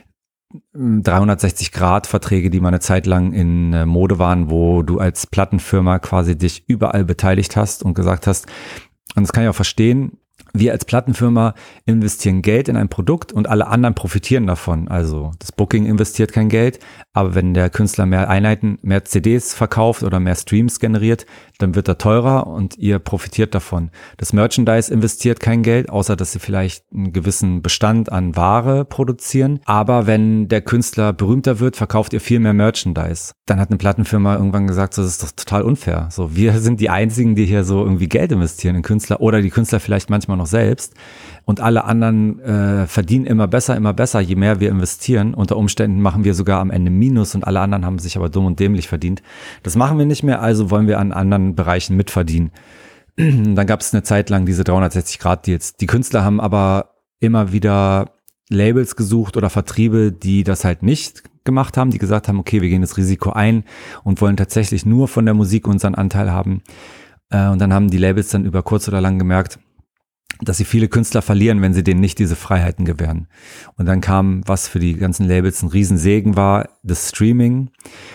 dreihundertsechzig Grad Verträge, die mal eine Zeit lang in äh, Mode waren, wo du als Plattenfirma quasi dich überall beteiligt hast und gesagt hast, und das kann ich auch verstehen, wir als Plattenfirma investieren Geld in ein Produkt und alle anderen profitieren davon. Also das Booking investiert kein Geld, aber wenn der Künstler mehr Einheiten, mehr C Ds verkauft oder mehr Streams generiert, dann wird er teurer und ihr profitiert davon. Das Merchandise investiert kein Geld, außer dass sie vielleicht einen gewissen Bestand an Ware produzieren. Aber wenn der Künstler berühmter wird, verkauft ihr viel mehr Merchandise. Dann hat eine Plattenfirma irgendwann gesagt, so, das ist doch total unfair. So, wir sind die einzigen, die hier so irgendwie Geld investieren in Künstler oder die Künstler vielleicht manchmal noch selbst und alle anderen äh, verdienen immer besser, immer besser, je mehr wir investieren. Unter Umständen machen wir sogar am Ende Minus und alle anderen haben sich aber dumm und dämlich verdient. Das machen wir nicht mehr, also wollen wir an anderen Bereichen mitverdienen. Dann gab es eine Zeit lang diese dreihundertsechzig Grad Deals. Die Künstler haben aber immer wieder Labels gesucht oder Vertriebe, die das halt nicht gemacht haben, die gesagt haben, okay, wir gehen das Risiko ein und wollen tatsächlich nur von der Musik unseren Anteil haben. Äh, und dann haben die Labels dann über kurz oder lang gemerkt, dass sie viele Künstler verlieren, wenn sie denen nicht diese Freiheiten gewähren. Und dann kam, was für die ganzen Labels ein Riesensegen war, das Streaming.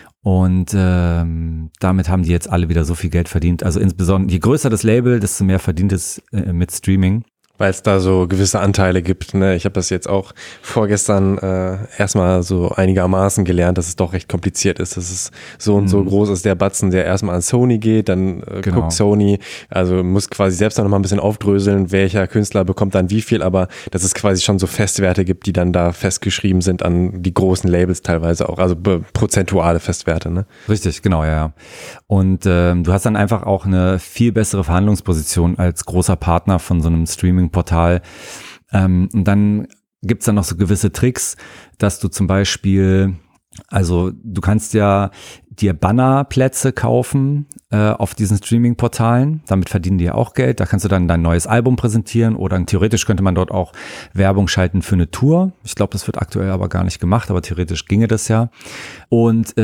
Und ähm, damit haben die jetzt alle wieder so viel Geld verdient. Also insbesondere, je größer das Label, desto mehr verdient es äh, mit Streaming. Weil es da so gewisse Anteile gibt. Ne? Ich habe das jetzt auch vorgestern äh, erstmal so einigermaßen gelernt, dass es doch recht kompliziert ist, dass es so und mhm. so groß ist, der Batzen, der erstmal an Sony geht, dann äh, genau. guckt Sony, also muss quasi selbst noch mal ein bisschen aufdröseln, welcher Künstler bekommt dann wie viel, aber dass es quasi schon so Festwerte gibt, die dann da festgeschrieben sind an die großen Labels teilweise auch, also prozentuale Festwerte. Ne? Richtig, genau, ja. ja. Und ähm, du hast dann einfach auch eine viel bessere Verhandlungsposition als großer Partner von so einem Streaming Portal. Ähm, und dann gibt's dann noch so gewisse Tricks, dass du zum Beispiel, also du kannst ja dir Bannerplätze kaufen äh, auf diesen Streaming-Portalen. Damit verdienen die ja auch Geld. Da kannst du dann dein neues Album präsentieren oder theoretisch könnte man dort auch Werbung schalten für eine Tour. Ich glaube, das wird aktuell aber gar nicht gemacht, aber theoretisch ginge das ja. Und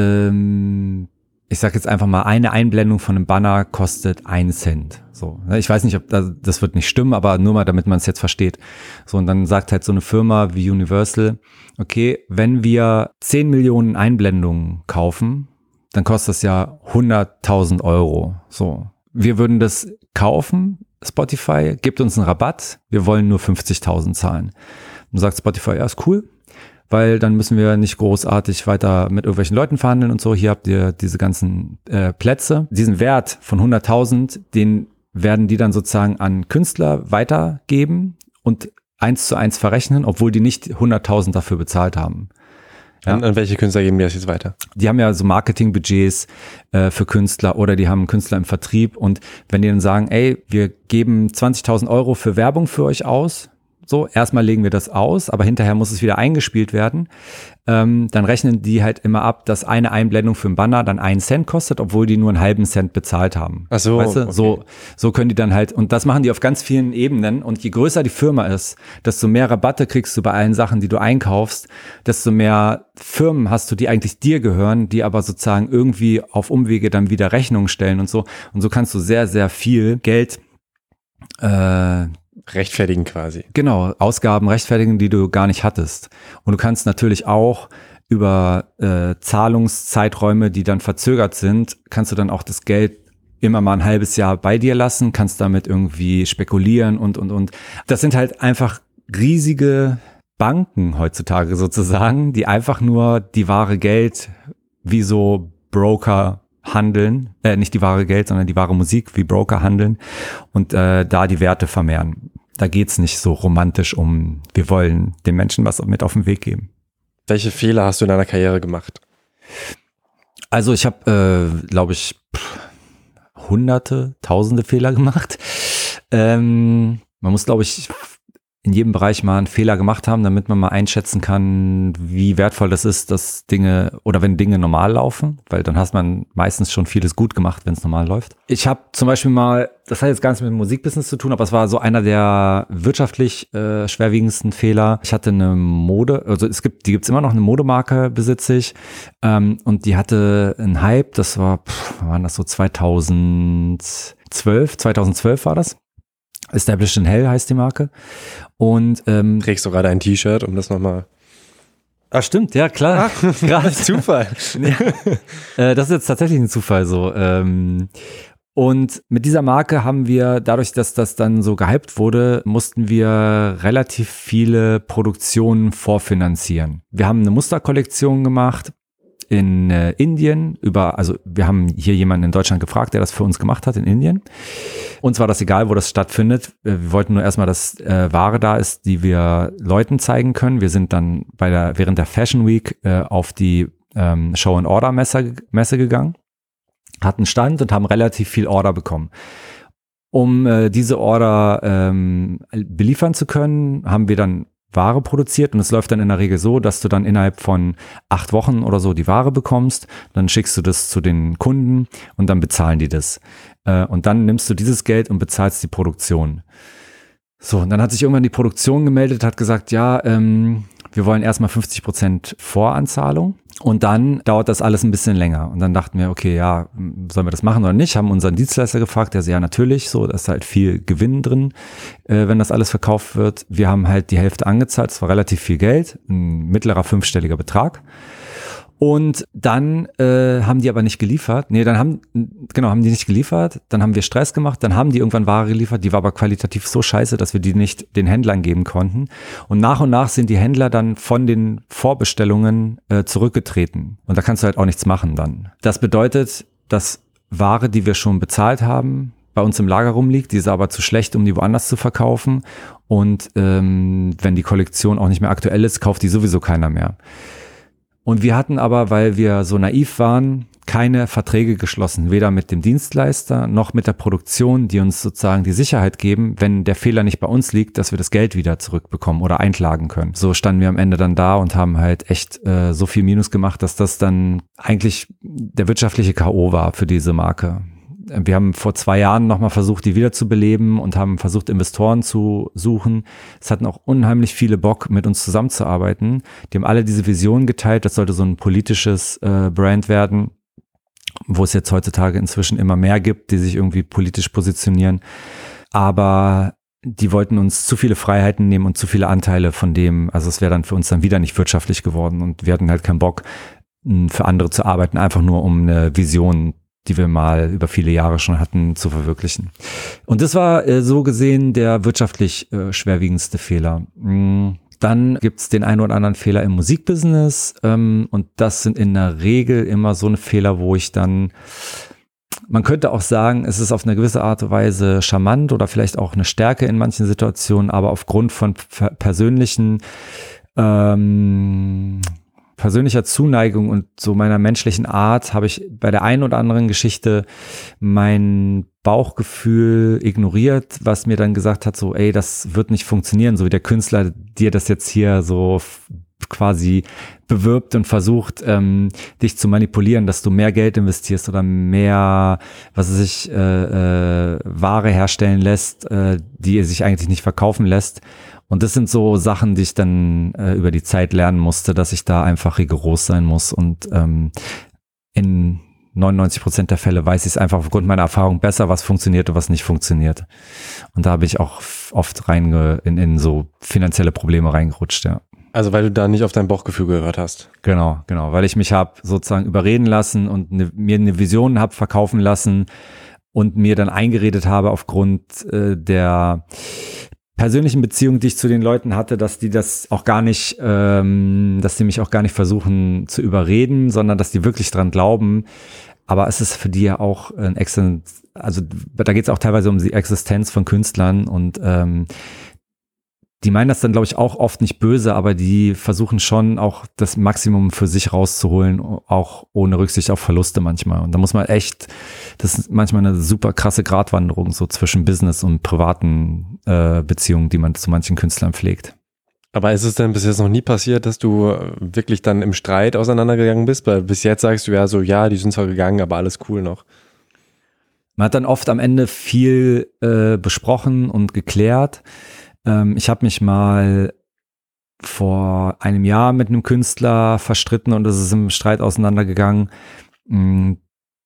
ähm, ich sag jetzt einfach mal, eine Einblendung von einem Banner kostet einen Cent. So, ich weiß nicht, ob das, das wird nicht stimmen, aber nur mal, damit man es jetzt versteht. So, und dann sagt halt so eine Firma wie Universal, okay, wenn wir zehn Millionen Einblendungen kaufen, dann kostet das ja hunderttausend Euro. So, wir würden das kaufen, Spotify gibt uns einen Rabatt, wir wollen nur fünfzigtausend zahlen. Dann sagt Spotify, ja, ist cool. Weil dann müssen wir nicht großartig weiter mit irgendwelchen Leuten verhandeln und so. Hier habt ihr diese ganzen äh, Plätze. Diesen Wert von hunderttausend, den werden die dann sozusagen an Künstler weitergeben und eins zu eins verrechnen, obwohl die nicht hunderttausend dafür bezahlt haben. Ja. An, an welche Künstler geben die das jetzt weiter? Die haben ja so Marketingbudgets äh, für Künstler oder die haben Künstler im Vertrieb und wenn die dann sagen, ey, wir geben zwanzigtausend Euro für Werbung für euch aus, so, erstmal legen wir das aus, aber hinterher muss es wieder eingespielt werden, ähm, dann rechnen die halt immer ab, dass eine Einblendung für einen Banner dann einen Cent kostet, obwohl die nur einen halben Cent bezahlt haben. Ach so, weißt du? Okay. so, so können die dann halt, und das machen die auf ganz vielen Ebenen und je größer die Firma ist, desto mehr Rabatte kriegst du bei allen Sachen, die du einkaufst, desto mehr Firmen hast du, die eigentlich dir gehören, die aber sozusagen irgendwie auf Umwege dann wieder Rechnungen stellen und so. Und so kannst du sehr, sehr viel Geld äh, rechtfertigen quasi. Genau, Ausgaben rechtfertigen, die du gar nicht hattest. Und du kannst natürlich auch über äh, Zahlungszeiträume, die dann verzögert sind, kannst du dann auch das Geld immer mal ein halbes Jahr bei dir lassen, kannst damit irgendwie spekulieren und, und, und. Das sind halt einfach riesige Banken heutzutage sozusagen, die einfach nur die wahre Geld wie so Broker handeln, äh, nicht die wahre Geld, sondern die wahre Musik wie Broker handeln und äh, da die Werte vermehren. Da geht's nicht so romantisch um, wir wollen den Menschen was mit auf den Weg geben. Welche Fehler hast du in deiner Karriere gemacht? Also ich habe, äh, glaube ich, pff, hunderte, tausende Fehler gemacht. Ähm, man muss, glaube ich, in jedem Bereich mal einen Fehler gemacht haben, damit man mal einschätzen kann, wie wertvoll das ist, dass Dinge oder wenn Dinge normal laufen, weil dann hast man meistens schon vieles gut gemacht, wenn es normal läuft. Ich habe zum Beispiel mal, das hat jetzt gar nichts mit dem Musikbusiness zu tun, aber es war so einer der wirtschaftlich äh, schwerwiegendsten Fehler. Ich hatte eine Mode, also es gibt, die gibt's immer noch, eine Modemarke besitze ich ähm, und die hatte einen Hype, das war, pff, waren das so zweitausendzwölf, zweitausendzwölf war das. Established in Hell heißt die Marke. Und ähm, trägst du gerade ein T-Shirt, um das nochmal. Ah, stimmt, ja, klar. Ach, gerade Zufall. Ja. äh, das ist jetzt tatsächlich ein Zufall so. Ähm, und mit dieser Marke haben wir, dadurch, dass das dann so gehypt wurde, mussten wir relativ viele Produktionen vorfinanzieren. Wir haben eine Musterkollektion gemacht in äh, Indien über, also wir haben hier jemanden in Deutschland gefragt, der das für uns gemacht hat in Indien. Uns war das egal, wo das stattfindet. Wir wollten nur erstmal, dass äh, Ware da ist, die wir Leuten zeigen können. Wir sind dann bei der während der Fashion Week äh, auf die ähm, Show and Order Messe, Messe gegangen, hatten Stand und haben relativ viel Order bekommen. Um äh, diese Order ähm, beliefern zu können, haben wir dann Ware produziert und es läuft dann in der Regel so, dass du dann innerhalb von acht Wochen oder so die Ware bekommst, dann schickst du das zu den Kunden und dann bezahlen die das. Äh, und dann nimmst du dieses Geld und bezahlst die Produktion. So, und dann hat sich irgendwann die Produktion gemeldet, hat gesagt, ja, ähm, wir wollen erstmal fünfzig Prozent Voranzahlung und dann dauert das alles ein bisschen länger. Und dann dachten wir, okay, ja, sollen wir das machen oder nicht? Haben unseren Dienstleister gefragt, der so, ja, natürlich, so, da ist halt viel Gewinn drin, äh, wenn das alles verkauft wird. Wir haben halt die Hälfte angezahlt, es war relativ viel Geld, ein mittlerer fünfstelliger Betrag. Und dann äh, haben die aber nicht geliefert. Nee, dann haben, genau, haben die nicht geliefert. Dann haben wir Stress gemacht. Dann haben die irgendwann Ware geliefert. Die war aber qualitativ so scheiße, dass wir die nicht den Händlern geben konnten. Und nach und nach sind die Händler dann von den Vorbestellungen äh, zurückgetreten. Und da kannst du halt auch nichts machen dann. Das bedeutet, dass Ware, die wir schon bezahlt haben, bei uns im Lager rumliegt. Die ist aber zu schlecht, um die woanders zu verkaufen. Und ähm, wenn die Kollektion auch nicht mehr aktuell ist, kauft die sowieso keiner mehr. Und wir hatten aber, weil wir so naiv waren, keine Verträge geschlossen, weder mit dem Dienstleister noch mit der Produktion, die uns sozusagen die Sicherheit geben, wenn der Fehler nicht bei uns liegt, dass wir das Geld wieder zurückbekommen oder einklagen können. So standen wir am Ende dann da und haben halt echt äh, so viel Minus gemacht, dass das dann eigentlich der wirtschaftliche K O war für diese Marke. Wir haben vor zwei Jahren nochmal versucht, die wieder zu beleben und haben versucht, Investoren zu suchen. Es hatten auch unheimlich viele Bock, mit uns zusammenzuarbeiten. Die haben alle diese Vision geteilt, das sollte so ein politisches äh, Brand werden, wo es jetzt heutzutage inzwischen immer mehr gibt, die sich irgendwie politisch positionieren. Aber die wollten uns zu viele Freiheiten nehmen und zu viele Anteile von dem, also es wäre dann für uns dann wieder nicht wirtschaftlich geworden und wir hatten halt keinen Bock, für andere zu arbeiten, einfach nur um eine Vision, die wir mal über viele Jahre schon hatten, zu verwirklichen. Und das war äh, so gesehen der wirtschaftlich äh, schwerwiegendste Fehler. Mm, dann gibt's den einen oder anderen Fehler im Musikbusiness ähm, und das sind in der Regel immer so eine Fehler, wo ich dann Man könnte auch sagen, es ist auf eine gewisse Art und Weise charmant oder vielleicht auch eine Stärke in manchen Situationen, aber aufgrund von persönlichen ähm, persönlicher Zuneigung und so meiner menschlichen Art habe ich bei der einen oder anderen Geschichte mein Bauchgefühl ignoriert, was mir dann gesagt hat, so ey, das wird nicht funktionieren, so wie der Künstler dir das jetzt hier so quasi bewirbt und versucht, ähm, dich zu manipulieren, dass du mehr Geld investierst oder mehr, was weiß ich, äh, äh, Ware herstellen lässt, äh, die sich eigentlich nicht verkaufen lässt. Und das sind so Sachen, die ich dann äh, über die Zeit lernen musste, dass ich da einfach rigoros sein muss. Und ähm, in neunundneunzig Prozent der Fälle weiß ich es einfach aufgrund meiner Erfahrung besser, was funktioniert und was nicht funktioniert. Und da habe ich auch oft reinge in, in so finanzielle Probleme reingerutscht, ja. Also weil du da nicht auf dein Bauchgefühl gehört hast. Genau, genau, weil ich mich habe sozusagen überreden lassen und ne, mir eine Vision habe verkaufen lassen und mir dann eingeredet habe aufgrund äh, der persönlichen Beziehung, die ich zu den Leuten hatte, dass die das auch gar nicht, ähm, dass die mich auch gar nicht versuchen zu überreden, sondern dass die wirklich dran glauben. Aber es ist für die ja auch ein Existenz, also da geht es auch teilweise um die Existenz von Künstlern und ähm, die meinen das dann, glaube ich, auch oft nicht böse, aber die versuchen schon auch das Maximum für sich rauszuholen, auch ohne Rücksicht auf Verluste manchmal. Und da muss man echt, das ist manchmal eine super krasse Gratwanderung so zwischen Business und privaten äh, Beziehungen, die man zu manchen Künstlern pflegt. Aber ist es denn bis jetzt noch nie passiert, dass du wirklich dann im Streit auseinandergegangen bist? Weil bis jetzt sagst du ja so, ja, die sind zwar gegangen, aber alles cool noch. Man hat dann oft am Ende viel äh, besprochen und geklärt. Ich habe mich mal vor einem Jahr mit einem Künstler verstritten und es ist im Streit auseinandergegangen. Dann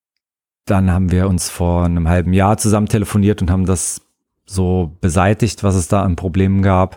haben wir uns vor einem halben Jahr zusammen telefoniert und haben das so beseitigt, was es da an Problemen gab.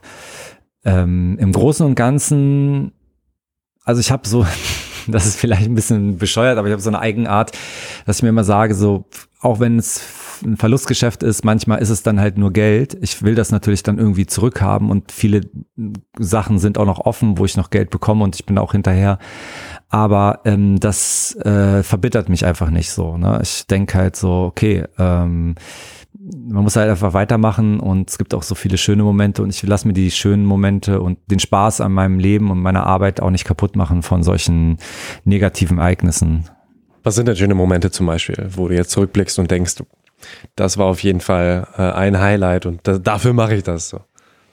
Ähm, im Großen und Ganzen, also ich habe so, das ist vielleicht ein bisschen bescheuert, aber ich habe so eine Eigenart, dass ich mir immer sage, so auch wenn es ein Verlustgeschäft ist, manchmal ist es dann halt nur Geld. Ich will das natürlich dann irgendwie zurückhaben und viele Sachen sind auch noch offen, wo ich noch Geld bekomme und ich bin auch hinterher. Aber ähm, das äh, verbittert mich einfach nicht so. Ne? Ich denke halt so, okay, ähm, man muss halt einfach weitermachen und es gibt auch so viele schöne Momente und ich lasse mir die schönen Momente und den Spaß an meinem Leben und meiner Arbeit auch nicht kaputt machen von solchen negativen Ereignissen. Was sind denn schöne Momente zum Beispiel, wo du jetzt zurückblickst und denkst, das war auf jeden Fall äh, ein Highlight und da, dafür mache ich das so?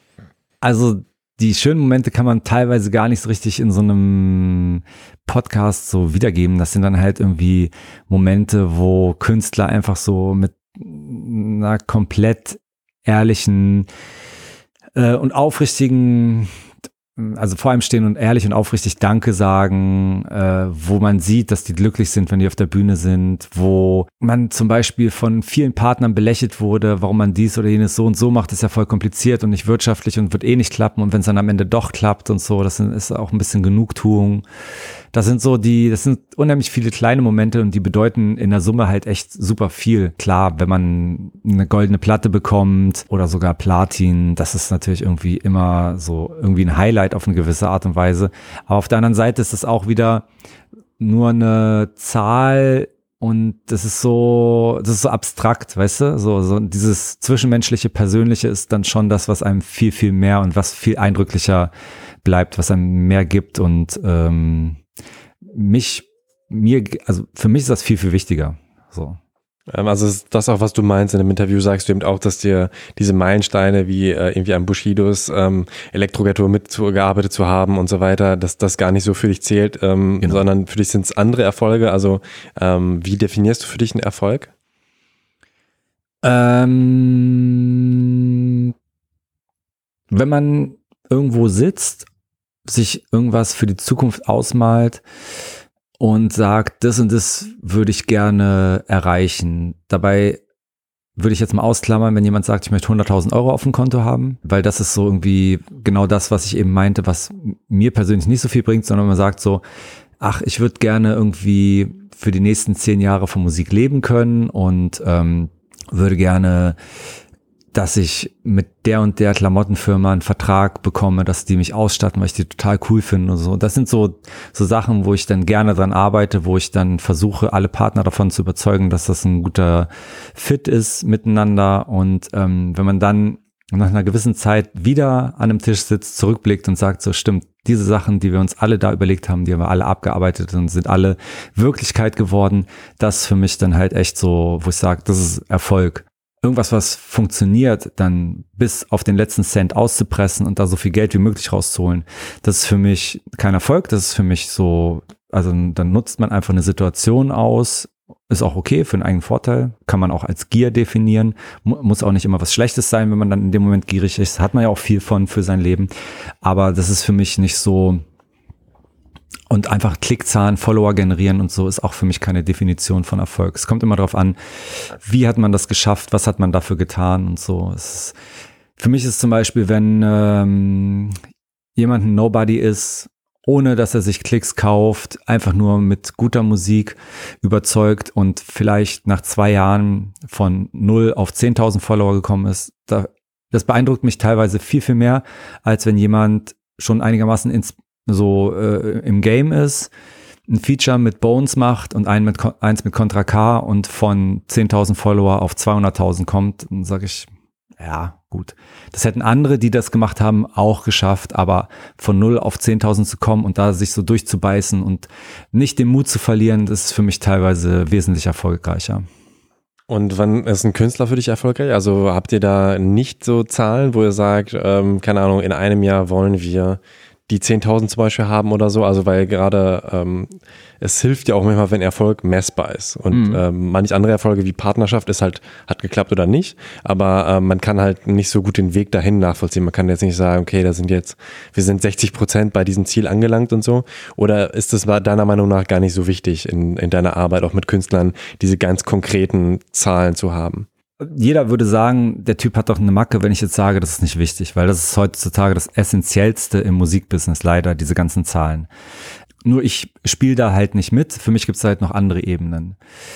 Also die schönen Momente kann man teilweise gar nicht so richtig in so einem Podcast so wiedergeben. Das sind dann halt irgendwie Momente, wo Künstler einfach so mit einer komplett ehrlichen äh, und aufrichtigen, also vor allem stehen und ehrlich und aufrichtig Danke sagen, äh, wo man sieht, dass die glücklich sind, wenn die auf der Bühne sind, wo man zum Beispiel von vielen Partnern belächelt wurde, warum man dies oder jenes so und so macht, ist ja voll kompliziert und nicht wirtschaftlich und wird eh nicht klappen und wenn es dann am Ende doch klappt und so, das ist auch ein bisschen Genugtuung. Das sind so die, das sind unheimlich viele kleine Momente und die bedeuten in der Summe halt echt super viel. Klar, wenn man eine goldene Platte bekommt oder sogar Platin, das ist natürlich irgendwie immer so irgendwie ein Highlight auf eine gewisse Art und Weise. Aber auf der anderen Seite ist es auch wieder nur eine Zahl und das ist so, das ist so abstrakt, weißt du? So, so dieses zwischenmenschliche, persönliche ist dann schon das, was einem viel, viel mehr und was viel eindrücklicher bleibt, was einem mehr gibt und ähm, mich, mir, also für mich ist das viel, viel wichtiger. So. Also ist das auch, was du meinst in dem Interview, sagst du eben auch, dass dir diese Meilensteine wie äh, irgendwie an Bushidos ähm, Elektrogator mitgearbeitet zu haben und so weiter, dass das gar nicht so für dich zählt, ähm, genau. Sondern für dich sind es andere Erfolge. Also ähm, wie definierst du für dich einen Erfolg? Ähm, wenn man irgendwo sitzt, sich irgendwas für die Zukunft ausmalt und sagt, das und das würde ich gerne erreichen. Dabei würde ich jetzt mal ausklammern, wenn jemand sagt, ich möchte hunderttausend Euro auf dem Konto haben, weil das ist so irgendwie genau das, was ich eben meinte, was mir persönlich nicht so viel bringt, sondern man sagt so, ach, ich würde gerne irgendwie für die nächsten zehn Jahre von Musik leben können und ähm, würde gerne dass ich mit der und der Klamottenfirma einen Vertrag bekomme, dass die mich ausstatten, weil ich die total cool finde und so. Das sind so, so Sachen, wo ich dann gerne dran arbeite, wo ich dann versuche, alle Partner davon zu überzeugen, dass das ein guter Fit ist miteinander. Und ähm, wenn man dann nach einer gewissen Zeit wieder an einem Tisch sitzt, zurückblickt und sagt, so stimmt, diese Sachen, die wir uns alle da überlegt haben, die haben wir alle abgearbeitet und sind alle Wirklichkeit geworden, das ist für mich dann halt echt so, wo ich sage, das ist Erfolg. Irgendwas, was funktioniert, dann bis auf den letzten Cent auszupressen und da so viel Geld wie möglich rauszuholen, das ist für mich kein Erfolg, das ist für mich so, also dann nutzt man einfach eine Situation aus, ist auch okay für einen eigenen Vorteil, kann man auch als Gier definieren, muss auch nicht immer was Schlechtes sein, wenn man dann in dem Moment gierig ist, hat man ja auch viel von für sein Leben, aber das ist für mich nicht so. Und einfach Klickzahlen, Follower generieren und so ist auch für mich keine Definition von Erfolg. Es kommt immer darauf an, wie hat man das geschafft, was hat man dafür getan und so. Es ist, für mich ist zum Beispiel, wenn ähm, jemand ein Nobody ist, ohne dass er sich Klicks kauft, einfach nur mit guter Musik überzeugt und vielleicht nach zwei Jahren von null auf zehntausend Follower gekommen ist, da, das beeindruckt mich teilweise viel, viel mehr, als wenn jemand schon einigermaßen ins so äh, im Game ist, ein Feature mit Bones macht und ein mit, eins mit Contra K und von zehntausend Follower auf zweihunderttausend kommt, dann sage ich, ja, gut. Das hätten andere, die das gemacht haben, auch geschafft, aber von null auf zehntausend zu kommen und da sich so durchzubeißen und nicht den Mut zu verlieren, das ist für mich teilweise wesentlich erfolgreicher. Und wann ist ein Künstler für dich erfolgreich? Also habt ihr da nicht so Zahlen, wo ihr sagt, ähm, keine Ahnung, in einem Jahr wollen wir die zehntausend zum Beispiel haben oder so, also weil gerade ähm, es hilft ja auch manchmal, wenn Erfolg messbar ist und mhm. ähm, manch andere Erfolge wie Partnerschaft ist halt, hat geklappt oder nicht, aber ähm, man kann halt nicht so gut den Weg dahin nachvollziehen, man kann jetzt nicht sagen, okay, da sind jetzt, wir sind sechzig Prozent bei diesem Ziel angelangt und so, oder ist das deiner Meinung nach gar nicht so wichtig in, in deiner Arbeit auch mit Künstlern, diese ganz konkreten Zahlen zu haben? Jeder würde sagen, der Typ hat doch eine Macke, wenn ich jetzt sage, das ist nicht wichtig, weil das ist heutzutage das Essentiellste im Musikbusiness, leider, diese ganzen Zahlen. Nur ich spiele da halt nicht mit, für mich gibt es halt noch andere Ebenen.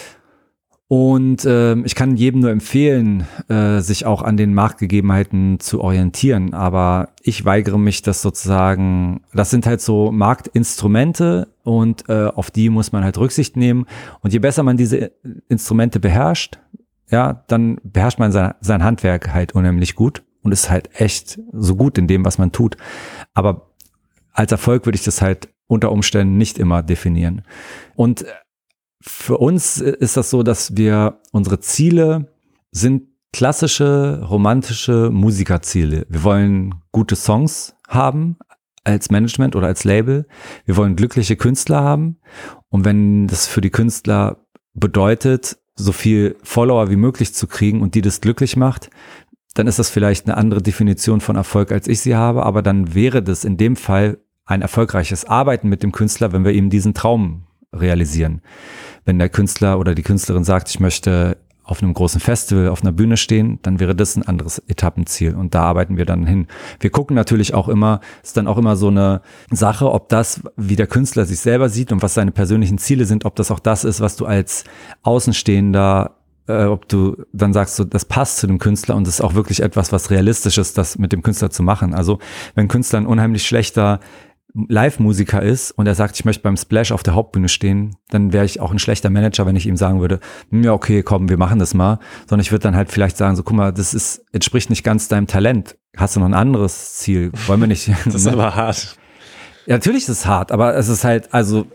Und äh, ich kann jedem nur empfehlen, äh, sich auch an den Marktgegebenheiten zu orientieren, aber ich weigere mich, das sozusagen, das sind halt so Marktinstrumente und äh, auf die muss man halt Rücksicht nehmen und je besser man diese Instrumente beherrscht, ja, dann beherrscht man sein, sein Handwerk halt unheimlich gut und ist halt echt so gut in dem, was man tut. Aber als Erfolg würde ich das halt unter Umständen nicht immer definieren. Und für uns ist das so, dass wir, unsere Ziele sind klassische, romantische Musikerziele. Wir wollen gute Songs haben als Management oder als Label. Wir wollen glückliche Künstler haben. Und wenn das für die Künstler bedeutet, so viel Follower wie möglich zu kriegen und die das glücklich macht, dann ist das vielleicht eine andere Definition von Erfolg, als ich sie habe, aber dann wäre das in dem Fall ein erfolgreiches Arbeiten mit dem Künstler, wenn wir ihm diesen Traum realisieren. Wenn der Künstler oder die Künstlerin sagt, ich möchte auf einem großen Festival auf einer Bühne stehen, dann wäre das ein anderes Etappenziel und da arbeiten wir dann hin. Wir gucken natürlich auch immer, ist dann auch immer so eine Sache, ob das, wie der Künstler sich selber sieht und was seine persönlichen Ziele sind, ob das auch das ist, was du als Außenstehender, äh, ob du dann sagst, so, das passt zu dem Künstler und das ist auch wirklich etwas, was realistisch ist, das mit dem Künstler zu machen. Also wenn ein Künstler ein unheimlich schlechter Live-Musiker ist und er sagt, ich möchte beim Splash auf der Hauptbühne stehen, dann wäre ich auch ein schlechter Manager, wenn ich ihm sagen würde, ja okay, komm, wir machen das mal, sondern ich würde dann halt vielleicht sagen, so guck mal, das ist, entspricht nicht ganz deinem Talent. Hast du noch ein anderes Ziel? Wollen wir nicht? Das ist aber hart. Ja, natürlich ist es hart, aber es ist halt, also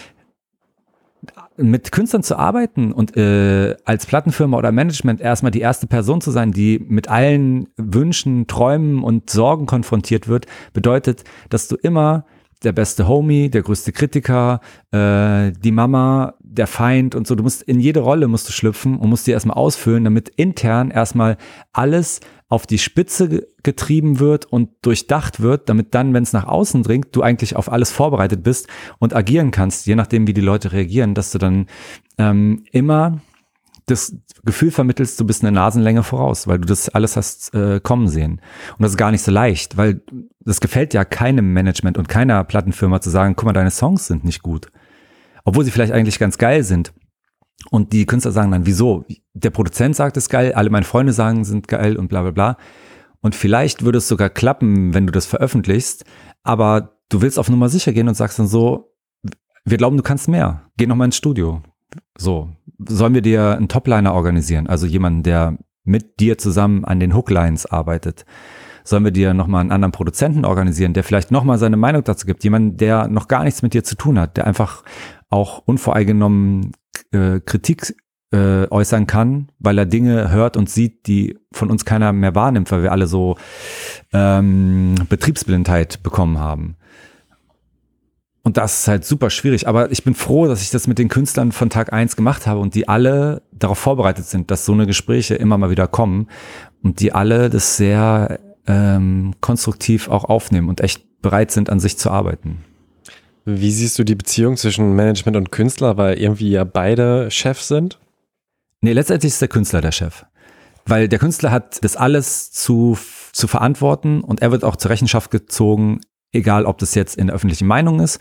mit Künstlern zu arbeiten und äh, als Plattenfirma oder Management erstmal die erste Person zu sein, die mit allen Wünschen, Träumen und Sorgen konfrontiert wird, bedeutet, dass du immer der beste Homie, der größte Kritiker, äh, die Mama, der Feind und so, du musst in jede Rolle musst du schlüpfen und musst die erstmal ausfüllen, damit intern erstmal alles auf die Spitze getrieben wird und durchdacht wird, damit dann, wenn es nach außen dringt, du eigentlich auf alles vorbereitet bist und agieren kannst, je nachdem, wie die Leute reagieren, dass du dann ähm, immer das Gefühl vermittelst, du bist eine Nasenlänge voraus, weil du das alles hast äh, kommen sehen. Und das ist gar nicht so leicht, weil das gefällt ja keinem Management und keiner Plattenfirma zu sagen, guck mal, deine Songs sind nicht gut. Obwohl sie vielleicht eigentlich ganz geil sind. Und die Künstler sagen dann, wieso? Der Produzent sagt, es ist geil, alle meine Freunde sagen, sind geil und bla bla bla. Und vielleicht würde es sogar klappen, wenn du das veröffentlichst, aber du willst auf Nummer sicher gehen und sagst dann so, wir glauben, du kannst mehr. Geh noch mal ins Studio. So, sollen wir dir einen Topliner organisieren? Also jemanden, der mit dir zusammen an den Hooklines arbeitet. Sollen wir dir nochmal einen anderen Produzenten organisieren, der vielleicht nochmal seine Meinung dazu gibt? Jemanden, der noch gar nichts mit dir zu tun hat, der einfach auch unvoreingenommen äh, Kritik äh, äußern kann, weil er Dinge hört und sieht, die von uns keiner mehr wahrnimmt, weil wir alle so ähm, Betriebsblindheit bekommen haben. Und das ist halt super schwierig. Aber ich bin froh, dass ich das mit den Künstlern von Tag eins gemacht habe und die alle darauf vorbereitet sind, dass so eine Gespräche immer mal wieder kommen und die alle das sehr ähm, konstruktiv auch aufnehmen und echt bereit sind, an sich zu arbeiten. Wie siehst du die Beziehung zwischen Management und Künstler, weil irgendwie ja beide Chefs sind? Nee, letztendlich ist der Künstler der Chef. Weil der Künstler hat das alles zu, zu verantworten und er wird auch zur Rechenschaft gezogen, egal ob das jetzt in der öffentlichen Meinung ist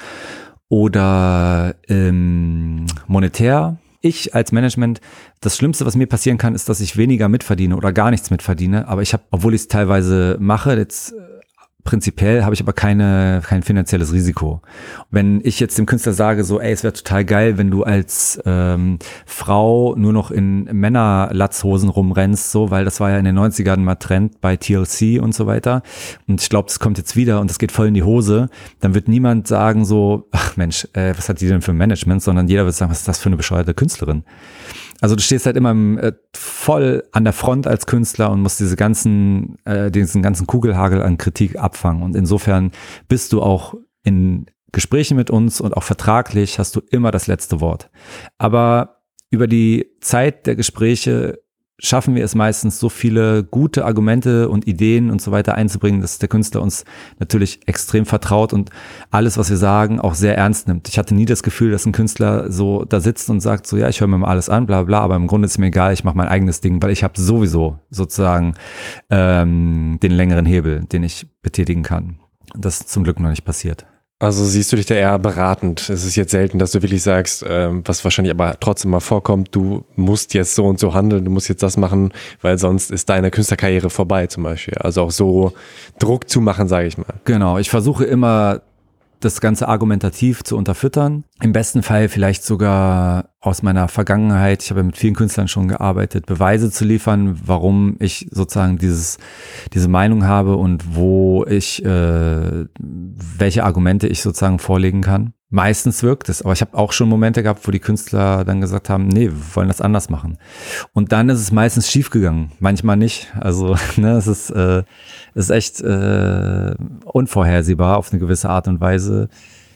oder ähm, monetär. Ich als Management, das Schlimmste, was mir passieren kann, ist, dass ich weniger mitverdiene oder gar nichts mitverdiene. Aber ich habe, obwohl ich es teilweise mache, jetzt prinzipiell habe ich aber keine, kein finanzielles Risiko. Wenn ich jetzt dem Künstler sage, so, ey, es wäre total geil, wenn du als ähm, Frau nur noch in Männerlatzhosen rumrennst, so, weil das war ja in den neunzigern mal Trend bei T L C und so weiter. Und ich glaube, das kommt jetzt wieder und das geht voll in die Hose. Dann wird niemand sagen so, ach Mensch, äh, was hat die denn für ein Management? Sondern jeder wird sagen, was ist das für eine bescheuerte Künstlerin? Also du stehst halt immer im, äh, voll an der Front als Künstler und musst diese ganzen, äh, diesen ganzen Kugelhagel an Kritik abfangen. Und insofern bist du auch in Gesprächen mit uns und auch vertraglich hast du immer das letzte Wort. Aber über die Zeit der Gespräche schaffen wir es meistens, so viele gute Argumente und Ideen und so weiter einzubringen, dass der Künstler uns natürlich extrem vertraut und alles, was wir sagen, auch sehr ernst nimmt. Ich hatte nie das Gefühl, dass ein Künstler so da sitzt und sagt so, ja, ich höre mir mal alles an, bla bla, aber im Grunde ist mir egal, ich mache mein eigenes Ding, weil ich habe sowieso sozusagen ähm, den längeren Hebel, den ich betätigen kann. Das ist zum Glück noch nicht passiert. Also siehst du dich da eher beratend? Es ist jetzt selten, dass du wirklich sagst, ähm, was wahrscheinlich aber trotzdem mal vorkommt, du musst jetzt so und so handeln, du musst jetzt das machen, weil sonst ist deine Künstlerkarriere vorbei zum Beispiel. Also auch so Druck zu machen, sage ich mal. Genau, ich versuche immer das Ganze argumentativ zu unterfüttern. Im besten Fall vielleicht sogar aus meiner Vergangenheit, ich habe mit vielen Künstlern schon gearbeitet, Beweise zu liefern, warum ich sozusagen dieses diese Meinung habe und wo ich, äh, welche Argumente ich sozusagen vorlegen kann. Meistens wirkt es, aber ich habe auch schon Momente gehabt, wo die Künstler dann gesagt haben, nee, wir wollen das anders machen. Und dann ist es meistens schief gegangen, manchmal nicht. Also ne, es ist, äh, es ist echt äh, unvorhersehbar auf eine gewisse Art und Weise.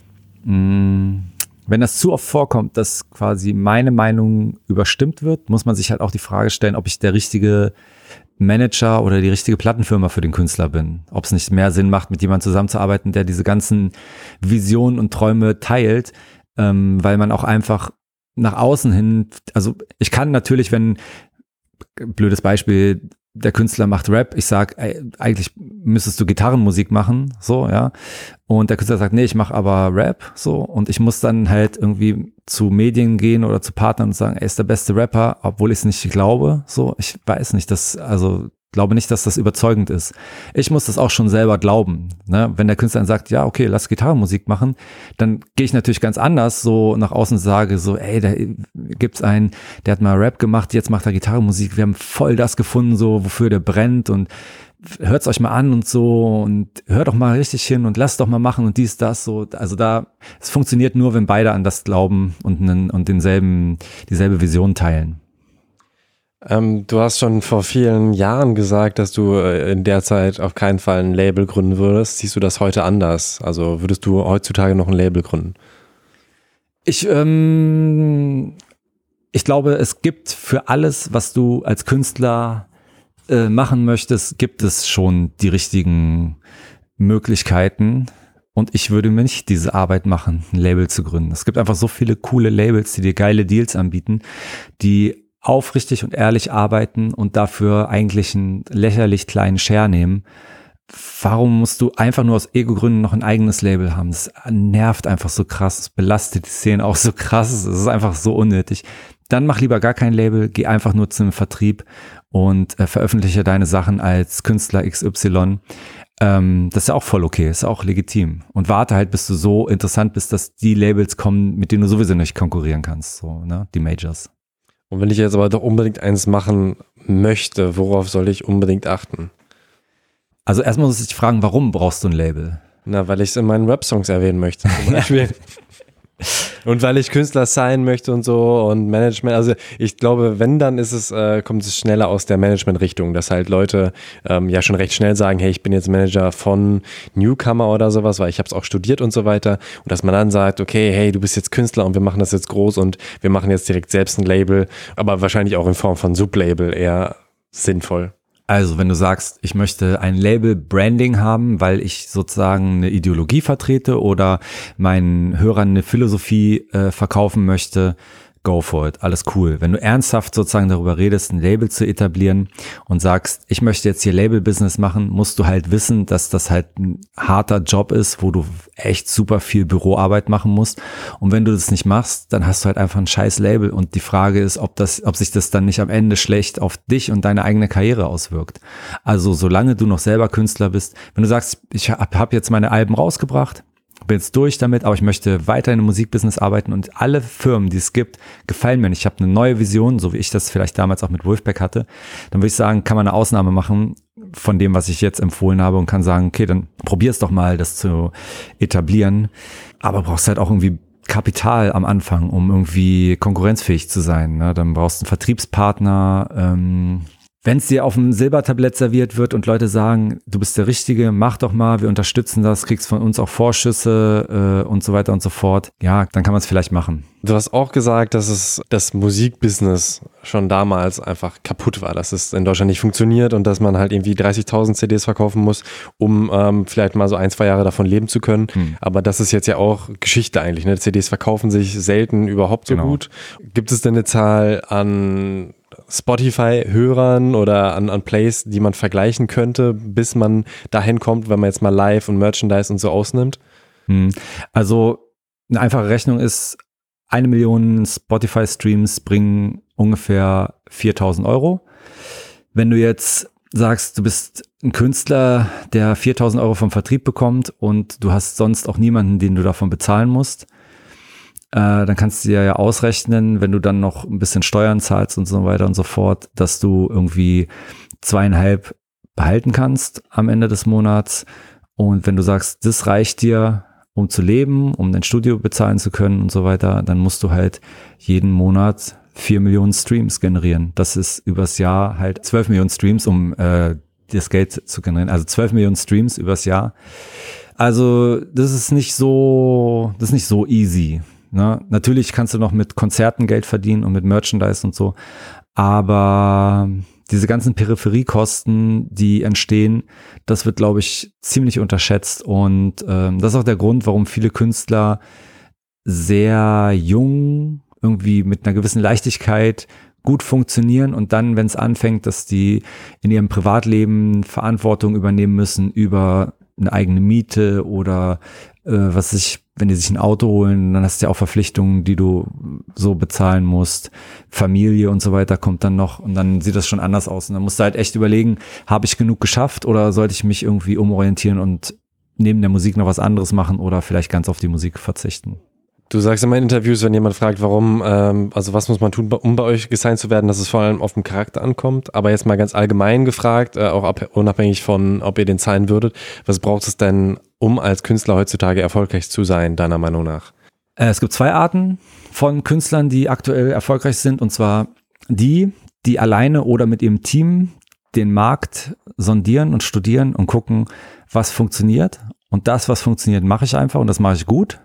Mm, wenn das zu oft vorkommt, dass quasi meine Meinung überstimmt wird, muss man sich halt auch die Frage stellen, ob ich der richtige Manager oder die richtige Plattenfirma für den Künstler bin. Ob es nicht mehr Sinn macht, mit jemandem zusammenzuarbeiten, der diese ganzen Visionen und Träume teilt, ähm, weil man auch einfach nach außen hin, also ich kann natürlich, wenn, blödes Beispiel, der Künstler macht Rap, ich sag, ey, eigentlich müsstest du Gitarrenmusik machen, so, ja, und der Künstler sagt, nee, ich mache aber Rap, so, und ich muss dann halt irgendwie zu Medien gehen oder zu Partnern und sagen, er ist der beste Rapper, obwohl ich es nicht glaube, so, ich weiß nicht, das, also glaube nicht, dass das überzeugend ist. Ich muss das auch schon selber glauben, ne? Wenn der Künstler dann sagt, ja, okay, lass Gitarrenmusik machen, dann gehe ich natürlich ganz anders so nach außen und sage so, ey, da gibt's einen, der hat mal Rap gemacht, jetzt macht er Gitarrenmusik, wir haben voll das gefunden, so, wofür der brennt und hört's euch mal an und so und hört doch mal richtig hin und lasst doch mal machen und dies, das, so, also da, es funktioniert nur, wenn beide an das glauben und, einen, und denselben, dieselbe Vision teilen. Ähm, du hast schon vor vielen Jahren gesagt, dass du in der Zeit auf keinen Fall ein Label gründen würdest. Siehst du das heute anders? Also würdest du heutzutage noch ein Label gründen? Ich, ähm, ich glaube, es gibt für alles, was du als Künstler äh, machen möchtest, gibt es schon die richtigen Möglichkeiten. Und ich würde mir nicht diese Arbeit machen, ein Label zu gründen. Es gibt einfach so viele coole Labels, die dir geile Deals anbieten, die aufrichtig und ehrlich arbeiten und dafür eigentlich einen lächerlich kleinen Share nehmen. warum musst du einfach nur aus Ego-Gründen noch ein eigenes Label haben? Das nervt einfach so krass, das belastet die Szene auch so krass, es ist einfach so unnötig. Dann mach lieber gar kein Label, geh einfach nur zum Vertrieb und äh, veröffentliche deine Sachen als Künstler X Y. Ähm, das ist ja auch voll okay, ist auch legitim. Und warte halt, bis du so interessant bist, dass die Labels kommen, mit denen du sowieso nicht konkurrieren kannst, so, ne, die Majors. Und wenn ich jetzt aber doch unbedingt eins machen möchte, worauf soll ich unbedingt achten? Also erstmal muss ich dich fragen, warum brauchst du ein Label? Na, weil ich es in meinen Rap-Songs erwähnen möchte, zum Beispiel. Und weil ich Künstler sein möchte und so und Management, also ich glaube, wenn, dann ist es, äh, kommt es schneller aus der Management-Richtung, dass halt Leute ähm, ja schon recht schnell sagen, hey, ich bin jetzt Manager von Newcomer oder sowas, weil ich habe es auch studiert und so weiter, und dass man dann sagt, okay, hey, du bist jetzt Künstler und wir machen das jetzt groß und wir machen jetzt direkt selbst ein Label, aber wahrscheinlich auch in Form von Sublabel eher sinnvoll. Also, wenn du sagst, ich möchte ein Label-Branding haben, weil ich sozusagen eine Ideologie vertrete oder meinen Hörern eine Philosophie äh, verkaufen möchte, go for it, alles cool. Wenn du ernsthaft sozusagen darüber redest, ein Label zu etablieren und sagst, ich möchte jetzt hier Label-Business machen, musst du halt wissen, dass das halt ein harter Job ist, wo du echt super viel Büroarbeit machen musst. Und wenn du das nicht machst, dann hast du halt einfach ein scheiß Label. Und die Frage ist, ob das, ob sich das dann nicht am Ende schlecht auf dich und deine eigene Karriere auswirkt. Also solange du noch selber Künstler bist, wenn du sagst, ich habe hab jetzt meine Alben rausgebracht, bin jetzt durch damit, aber ich möchte weiter in im Musikbusiness arbeiten und alle Firmen, die es gibt, gefallen mir nicht. Ich habe eine neue Vision, so wie ich das vielleicht damals auch mit Wolfpack hatte. Dann würde ich sagen, kann man eine Ausnahme machen von dem, was ich jetzt empfohlen habe und kann sagen, okay, dann probier's doch mal, das zu etablieren. Aber brauchst halt auch irgendwie Kapital am Anfang, um irgendwie konkurrenzfähig zu sein. Ne? Dann brauchst du einen Vertriebspartner. Ähm, Wenn es dir auf dem Silbertablett serviert wird und Leute sagen, du bist der Richtige, mach doch mal, wir unterstützen das, kriegst von uns auch Vorschüsse äh, und so weiter und so fort, ja, dann kann man es vielleicht machen. Du hast auch gesagt, dass es das Musikbusiness schon damals einfach kaputt war, dass es in Deutschland nicht funktioniert und dass man halt irgendwie dreißigtausend C Ds verkaufen muss, um ähm, vielleicht mal so ein, zwei Jahre davon leben zu können. Hm. Aber das ist jetzt ja auch Geschichte eigentlich, ne? C Ds verkaufen sich selten überhaupt so genau. gut. Gibt es denn eine Zahl an Spotify-Hörern oder an, an Plays, die man vergleichen könnte, bis man dahin kommt, wenn man jetzt mal Live und Merchandise und so ausnimmt? Hm. Also eine einfache Rechnung ist, eine Million Spotify-Streams bringen ungefähr viertausend Euro. Wenn du jetzt sagst, du bist ein Künstler, der viertausend Euro vom Vertrieb bekommt und du hast sonst auch niemanden, den du davon bezahlen musst, äh, dann kannst du dir ja ausrechnen, wenn du dann noch ein bisschen Steuern zahlst und so weiter und so fort, dass du irgendwie zweieinhalb behalten kannst am Ende des Monats. Und wenn du sagst, das reicht dir, um zu leben, um dein Studio bezahlen zu können und so weiter, dann musst du halt jeden Monat vier Millionen Streams generieren. Das ist übers Jahr halt zwölf Millionen Streams, um äh, das Geld zu generieren. Also zwölf Millionen Streams übers Jahr. Also das ist nicht so, das ist nicht so easy. Ne? Natürlich kannst du noch mit Konzerten Geld verdienen und mit Merchandise und so, aber diese ganzen Peripheriekosten, die entstehen, das wird, glaube ich, ziemlich unterschätzt. Und ähm, das ist auch der Grund, warum viele Künstler sehr jung, irgendwie mit einer gewissen Leichtigkeit gut funktionieren und dann, wenn es anfängt, dass die in ihrem Privatleben Verantwortung übernehmen müssen über eine eigene Miete oder äh, was ich, wenn die sich ein Auto holen, dann hast du ja auch Verpflichtungen, die du so bezahlen musst. Familie und so weiter kommt dann noch und dann sieht das schon anders aus. Und dann musst du halt echt überlegen, habe ich genug geschafft oder sollte ich mich irgendwie umorientieren und neben der Musik noch was anderes machen oder vielleicht ganz auf die Musik verzichten. Du sagst immer in Interviews, wenn jemand fragt, warum, ähm, also was muss man tun, um bei euch gesigned zu werden, dass es vor allem auf den Charakter ankommt. Aber jetzt mal ganz allgemein gefragt, äh, auch ab, unabhängig von, ob ihr den signen würdet, was braucht es denn, um als Künstler heutzutage erfolgreich zu sein, deiner Meinung nach? Äh, es gibt zwei Arten von Künstlern, die aktuell erfolgreich sind, und zwar die, die alleine oder mit ihrem Team den Markt sondieren und studieren und gucken, was funktioniert. Und das, was funktioniert, mache ich einfach und das mache ich gut.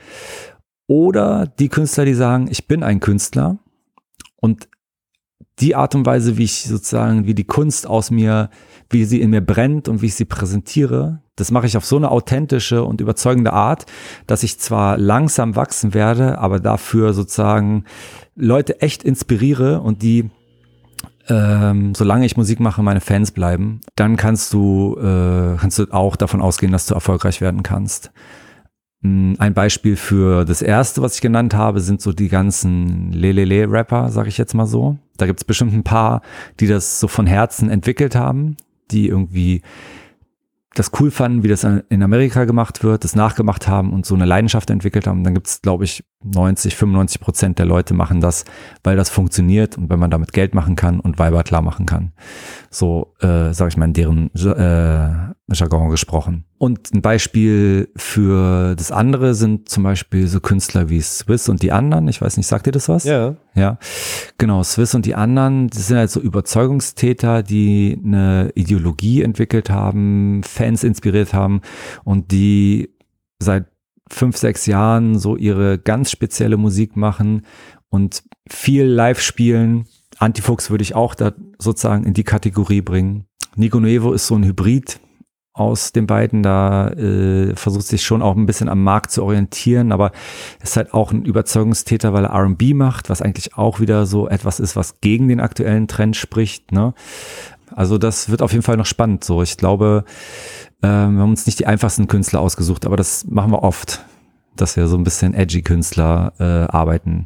Oder die Künstler, die sagen, ich bin ein Künstler und die Art und Weise, wie ich sozusagen, wie die Kunst aus mir, wie sie in mir brennt und wie ich sie präsentiere, das mache ich auf so eine authentische und überzeugende Art, dass ich zwar langsam wachsen werde, aber dafür sozusagen Leute echt inspiriere und die ähm, solange ich Musik mache, meine Fans bleiben, dann kannst du, äh, kannst du auch davon ausgehen, dass du erfolgreich werden kannst. Ein Beispiel für das erste, was ich genannt habe, sind so die ganzen Lelele-Rapper, sag ich jetzt mal so. Da gibt's bestimmt ein paar, die das so von Herzen entwickelt haben, die irgendwie das cool fanden, wie das in Amerika gemacht wird, das nachgemacht haben und so eine Leidenschaft entwickelt haben. Dann gibt's, glaube ich, neunzig, fünfundneunzig Prozent der Leute machen das, weil das funktioniert und wenn man damit Geld machen kann und Weiber klar machen kann. So, äh, sage ich mal, in deren äh, Jargon gesprochen. Und ein Beispiel für das andere sind zum Beispiel so Künstler wie Swiss und die anderen. Ich weiß nicht, sagt ihr das was? Ja. Ja, genau. Swiss und die anderen, das sind halt so Überzeugungstäter, die eine Ideologie entwickelt haben, Fans inspiriert haben und die seit fünf, sechs Jahren so ihre ganz spezielle Musik machen und viel live spielen. Antifuchs würde ich auch da sozusagen in die Kategorie bringen. Nico Nuevo ist so ein Hybrid aus den beiden, da äh, versucht sich schon auch ein bisschen am Markt zu orientieren, aber ist halt auch ein Überzeugungstäter, weil er R und B macht, was eigentlich auch wieder so etwas ist, was gegen den aktuellen Trend spricht, ne? Also das wird auf jeden Fall noch spannend. So, ich glaube, äh, wir haben uns nicht die einfachsten Künstler ausgesucht, aber das machen wir oft, dass wir so ein bisschen edgy Künstler äh, arbeiten,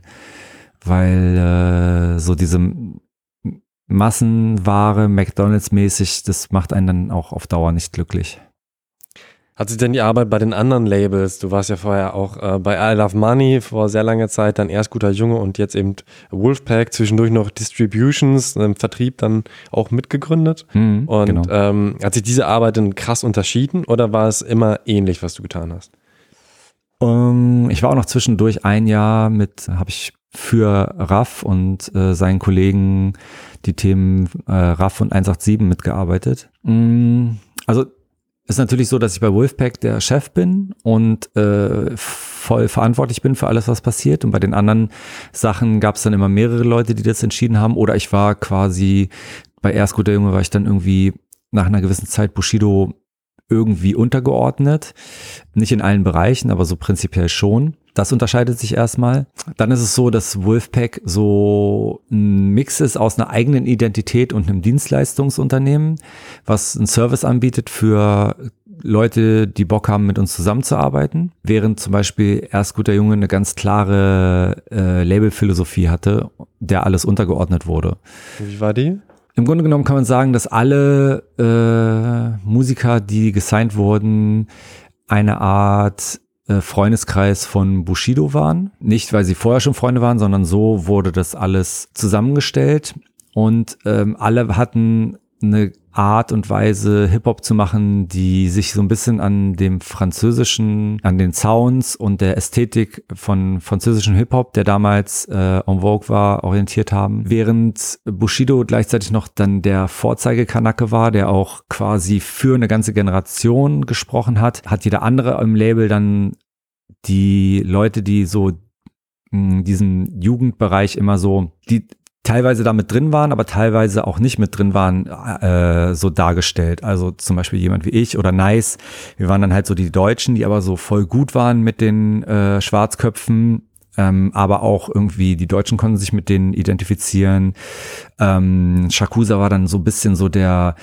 weil äh, so diese Massenware, McDonalds-mäßig, das macht einen dann auch auf Dauer nicht glücklich. Hat sich denn die Arbeit bei den anderen Labels, du warst ja vorher auch äh, bei I Love Money vor sehr langer Zeit, dann erst Guter Junge und jetzt eben Wolfpack, zwischendurch noch Distributions, im Vertrieb dann auch mitgegründet. Mhm, und genau. ähm, hat sich diese Arbeit denn krass unterschieden oder war es immer ähnlich, was du getan hast? Um, ich war auch noch zwischendurch ein Jahr mit, habe ich für Raff und äh, seinen Kollegen die Themen äh, Raff und eins acht sieben mitgearbeitet. Mm, also ist natürlich so, dass ich bei Wolfpack der Chef bin und äh, voll verantwortlich bin für alles, was passiert. Und bei den anderen Sachen gab es dann immer mehrere Leute, die das entschieden haben. Oder ich war quasi, bei Erst Guter Junge war ich dann irgendwie nach einer gewissen Zeit Bushido irgendwie untergeordnet. Nicht in allen Bereichen, aber so prinzipiell schon. Das unterscheidet sich erstmal. Dann ist es so, dass Wolfpack so ein Mix ist aus einer eigenen Identität und einem Dienstleistungsunternehmen, was einen Service anbietet für Leute, die Bock haben, mit uns zusammenzuarbeiten. Während zum Beispiel Erst Guter Junge eine ganz klare äh, Labelphilosophie hatte, der alles untergeordnet wurde. Wie war die? Im Grunde genommen kann man sagen, dass alle äh, Musiker, die gesigned wurden, eine Art äh, Freundeskreis von Bushido waren. Nicht, weil sie vorher schon Freunde waren, sondern so wurde das alles zusammengestellt. Und ähm, alle hatten eine Art und Weise, Hip-Hop zu machen, die sich so ein bisschen an dem französischen, an den Sounds und der Ästhetik von französischem Hip-Hop, der damals äh, en vogue war, orientiert haben. Während Bushido gleichzeitig noch dann der Vorzeigekanake war, der auch quasi für eine ganze Generation gesprochen hat, hat jeder andere im Label dann die Leute, die so mh, diesen Jugendbereich immer so, die teilweise da mit drin waren, aber teilweise auch nicht mit drin waren, äh, so dargestellt. Also zum Beispiel jemand wie ich oder Nice. Wir waren dann halt so die Deutschen, die aber so voll gut waren mit den äh, Schwarzköpfen. Ähm, aber auch irgendwie, die Deutschen konnten sich mit denen identifizieren. Ähm, Shakusa war dann so ein bisschen so der,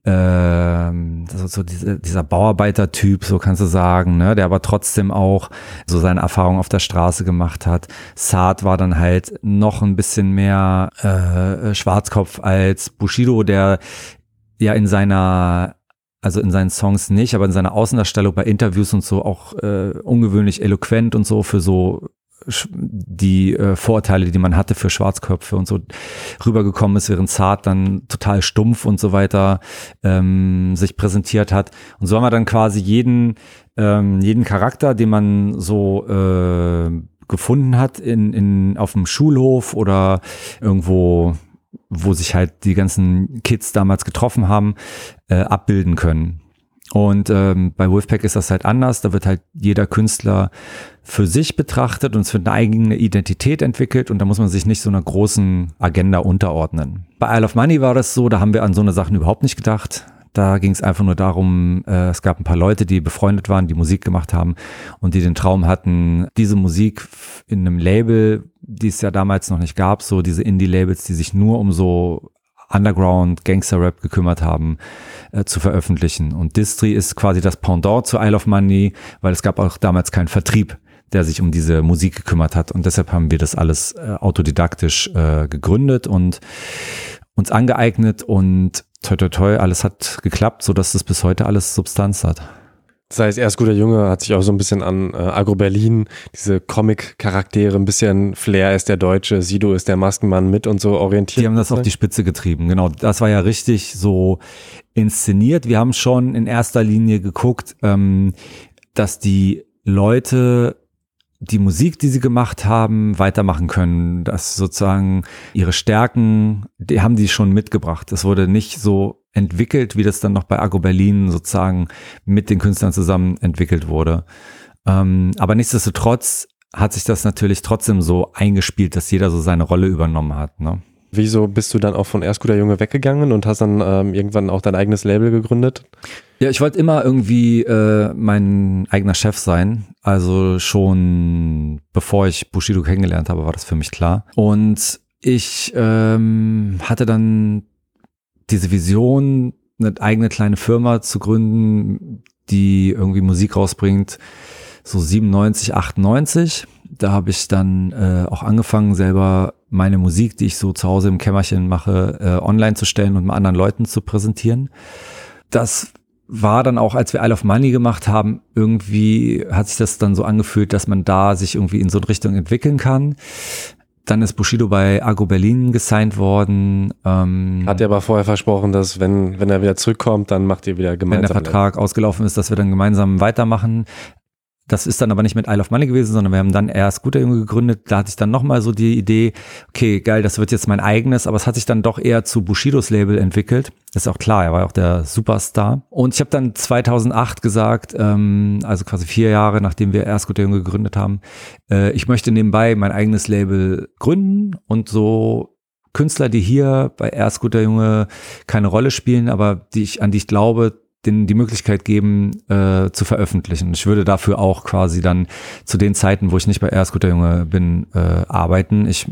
ähm, das ist so diese, dieser Bauarbeiter-Typ, so kannst du sagen, ne, der aber trotzdem auch so seine Erfahrungen auf der Straße gemacht hat. Saad war dann halt noch ein bisschen mehr äh, Schwarzkopf als Bushido, der ja in seiner also in seinen Songs nicht, aber in seiner Außendarstellung bei Interviews und so auch äh, ungewöhnlich eloquent und so für so die äh, Vorteile, die man hatte für Schwarzköpfe und so rübergekommen ist, während Saad dann total stumpf und so weiter ähm, sich präsentiert hat. Und so haben wir dann quasi jeden ähm, jeden Charakter, den man so äh, gefunden hat in in auf dem Schulhof oder irgendwo, wo sich halt die ganzen Kids damals getroffen haben, äh, abbilden können. Und ähm, bei Wolfpack ist das halt anders, da wird halt jeder Künstler für sich betrachtet und es wird eine eigene Identität entwickelt und da muss man sich nicht so einer großen Agenda unterordnen. Bei I Love Money war das so, da haben wir an so eine Sachen überhaupt nicht gedacht. Da ging es einfach nur darum, äh, es gab ein paar Leute, die befreundet waren, die Musik gemacht haben und die den Traum hatten, diese Musik in einem Label, die es ja damals noch nicht gab, so diese Indie-Labels, die sich nur um so Underground, Gangster-Rap gekümmert haben, äh, zu veröffentlichen. Und Distri ist quasi das Pendant zu Isle of Money, weil es gab auch damals keinen Vertrieb, der sich um diese Musik gekümmert hat. Und deshalb haben wir das alles äh, autodidaktisch äh, gegründet und uns angeeignet und toi toi toi, alles hat geklappt, sodass das bis heute alles Substanz hat. Das heißt, Erst guter Junge hat sich auch so ein bisschen an äh, Agro Berlin, diese Comic-Charaktere, ein bisschen Flair ist der Deutsche, Sido ist der Maskenmann mit und so orientiert. Die haben das auf die Spitze getrieben, genau. Das war ja richtig so inszeniert. Wir haben schon in erster Linie geguckt, ähm, dass die Leute die Musik, die sie gemacht haben, weitermachen können, dass sozusagen ihre Stärken, die haben die schon mitgebracht. Es wurde nicht so entwickelt, wie das dann noch bei Agro Berlin sozusagen mit den Künstlern zusammen entwickelt wurde. Ähm, aber nichtsdestotrotz hat sich das natürlich trotzdem so eingespielt, dass jeder so seine Rolle übernommen hat, ne? Wieso bist du dann auch von Erst guter Junge weggegangen und hast dann ähm, irgendwann auch dein eigenes Label gegründet? Ja, ich wollte immer irgendwie äh, mein eigener Chef sein. Also schon bevor ich Bushido kennengelernt habe, war das für mich klar. Und ich ähm, hatte dann diese Vision, eine eigene kleine Firma zu gründen, die irgendwie Musik rausbringt, so siebenundneunzig, achtundneunzig. Da habe ich dann äh, auch angefangen, selber meine Musik, die ich so zu Hause im Kämmerchen mache, äh, online zu stellen und mal anderen Leuten zu präsentieren. Das war dann auch, als wir Isle of Money gemacht haben, irgendwie hat sich das dann so angefühlt, dass man da sich irgendwie in so eine Richtung entwickeln kann. Dann ist Bushido bei Agro Berlin gesigned worden. Ähm, Hat er aber vorher versprochen, dass wenn, wenn er wieder zurückkommt, dann macht ihr wieder gemeinsam. Wenn der Vertrag ausgelaufen ist, dass wir dann gemeinsam weitermachen. Das ist dann aber nicht mit Isle of Money gewesen, sondern wir haben dann Erst guter Junge gegründet. Da hatte ich dann nochmal so die Idee, okay, geil, das wird jetzt mein eigenes, aber es hat sich dann doch eher zu Bushidos Label entwickelt. Das ist auch klar, er war auch der Superstar. Und ich habe dann zweitausendacht gesagt, ähm, also quasi vier Jahre, nachdem wir Erst guter Junge gegründet haben, äh, ich möchte nebenbei mein eigenes Label gründen und so Künstler, die hier bei Erst guter Junge keine Rolle spielen, aber die ich, an die ich glaube, denen die Möglichkeit geben, äh, zu veröffentlichen. Ich würde dafür auch quasi dann zu den Zeiten, wo ich nicht bei Erst guter Junge bin, äh, arbeiten. Ich,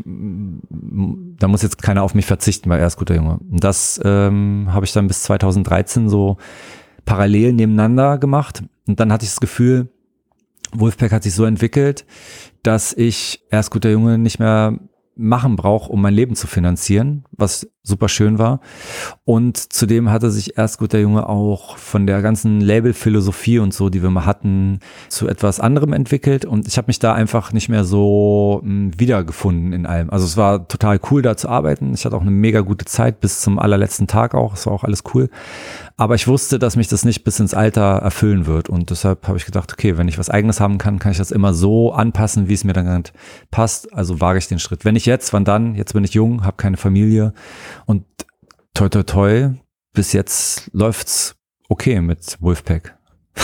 da muss jetzt keiner auf mich verzichten bei Erst guter Junge. Und das ähm, habe ich dann bis zweitausenddreizehn so parallel nebeneinander gemacht. Und dann hatte ich das Gefühl, Wolfpack hat sich so entwickelt, dass ich Erst guter Junge nicht mehr machen brauche, um mein Leben zu finanzieren, was super schön war. Und zudem hatte sich Erst guter Junge auch von der ganzen Labelphilosophie und so, die wir mal hatten, zu etwas anderem entwickelt. Und ich habe mich da einfach nicht mehr so mh, wiedergefunden in allem. Also es war total cool, da zu arbeiten. Ich hatte auch eine mega gute Zeit bis zum allerletzten Tag auch. Es war auch alles cool. Aber ich wusste, dass mich das nicht bis ins Alter erfüllen wird. Und deshalb habe ich gedacht, okay, wenn ich was Eigenes haben kann, kann ich das immer so anpassen, wie es mir dann passt. Also wage ich den Schritt. Wenn ich jetzt, wann dann? Jetzt bin ich jung, habe keine Familie. Und toi toi toi, bis jetzt läuft's okay mit Wolfpack.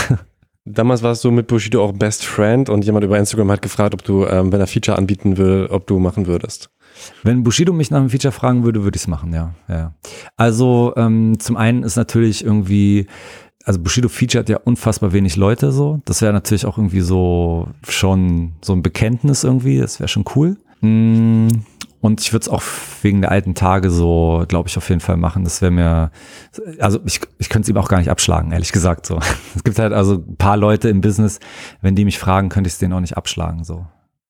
Damals warst du mit Bushido auch Best Friend und jemand über Instagram hat gefragt, ob du, ähm, wenn er Feature anbieten will, ob du machen würdest. Wenn Bushido mich nach einem Feature fragen würde, würde ich es machen, ja. ja. Also ähm, zum einen ist natürlich irgendwie, also Bushido featuret ja unfassbar wenig Leute so. Das wäre natürlich auch irgendwie so schon so ein Bekenntnis irgendwie, das wäre schon cool. Mm. Und ich würde es auch wegen der alten Tage so, glaube ich, auf jeden Fall machen. Das wäre mir, also ich, ich könnte es ihm auch gar nicht abschlagen, ehrlich gesagt. So, es gibt halt also ein paar Leute im Business, wenn die mich fragen, könnte ich es denen auch nicht abschlagen. So.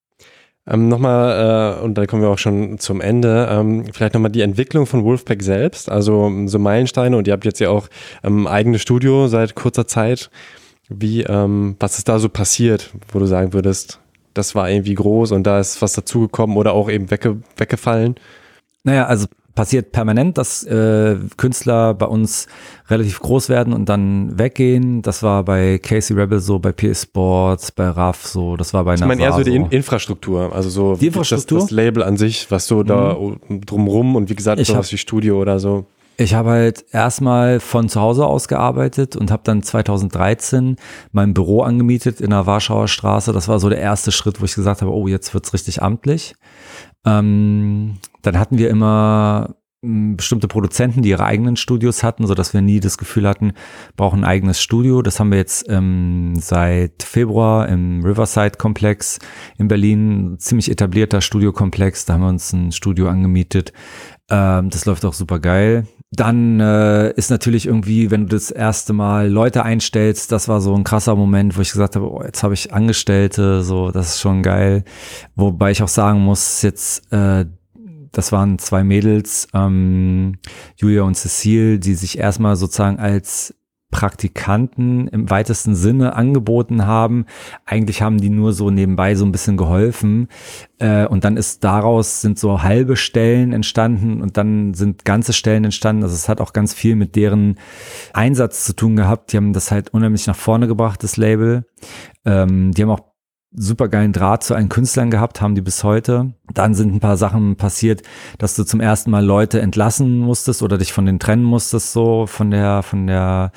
Ähm, nochmal, äh, und da kommen wir auch schon zum Ende, ähm, vielleicht nochmal die Entwicklung von Wolfpack selbst, also so Meilensteine, und ihr habt jetzt ja auch ähm, eigenes Studio seit kurzer Zeit. Wie, ähm, was ist da so passiert, wo du sagen würdest, das war irgendwie groß und da ist was dazugekommen oder auch eben wegge weggefallen? Naja, also passiert permanent, dass äh, Künstler bei uns relativ groß werden und dann weggehen. Das war bei Casey Rebel so, bei P S Sports, bei R A F so, das war bei Nazar. Ich meine eher so die In Infrastruktur, also so die Infrastruktur? Das, das Label an sich, was so mhm. da drumrum und wie gesagt, ich sowas wie Studio oder so. Ich habe halt erstmal von zu Hause aus gearbeitet und habe dann zweitausenddreizehn mein Büro angemietet in der Warschauer Straße. Das war so der erste Schritt, wo ich gesagt habe, oh, jetzt wird's richtig amtlich. Ähm, dann hatten wir immer bestimmte Produzenten, die ihre eigenen Studios hatten, sodass wir nie das Gefühl hatten, brauchen ein eigenes Studio. Das haben wir jetzt ähm, seit Februar im Riverside-Komplex in Berlin, ein ziemlich etablierter Studiokomplex. Da haben wir uns ein Studio angemietet. Ähm, das läuft auch super geil. Dann äh, ist natürlich irgendwie, wenn du das erste Mal Leute einstellst, das war so ein krasser Moment, wo ich gesagt habe, oh, jetzt habe ich Angestellte, so, das ist schon geil. Wobei ich auch sagen muss, jetzt äh, das waren zwei Mädels, ähm, Julia und Cecile, die sich erstmal sozusagen als Praktikanten im weitesten Sinne angeboten haben. Eigentlich haben die nur so nebenbei so ein bisschen geholfen. Äh, und dann ist daraus sind so halbe Stellen entstanden und dann sind ganze Stellen entstanden. Also es hat auch ganz viel mit deren Einsatz zu tun gehabt. Die haben das halt unheimlich nach vorne gebracht, das Label. Ähm, die haben auch super geilen Draht zu allen Künstlern gehabt, haben die bis heute. Dann sind ein paar Sachen passiert, dass du zum ersten Mal Leute entlassen musstest oder dich von denen trennen musstest, so von der von der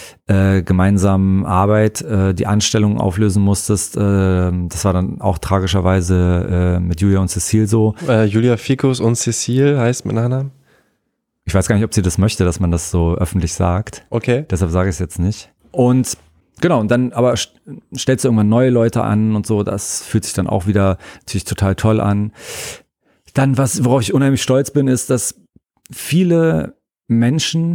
äh, gemeinsamen Arbeit, äh, die Anstellung auflösen musstest. Äh, das war dann auch tragischerweise äh, mit Julia und Cecile so. Äh, Julia Ficus und Cecile heißt mit Nachnamen? Ich weiß gar nicht, ob sie das möchte, dass man das so öffentlich sagt. Okay. Deshalb sage ich es jetzt nicht. Und genau, und dann aber stellst du irgendwann neue Leute an und so, das fühlt sich dann auch wieder natürlich total toll an. Dann, was, worauf ich unheimlich stolz bin, ist, dass viele Menschen,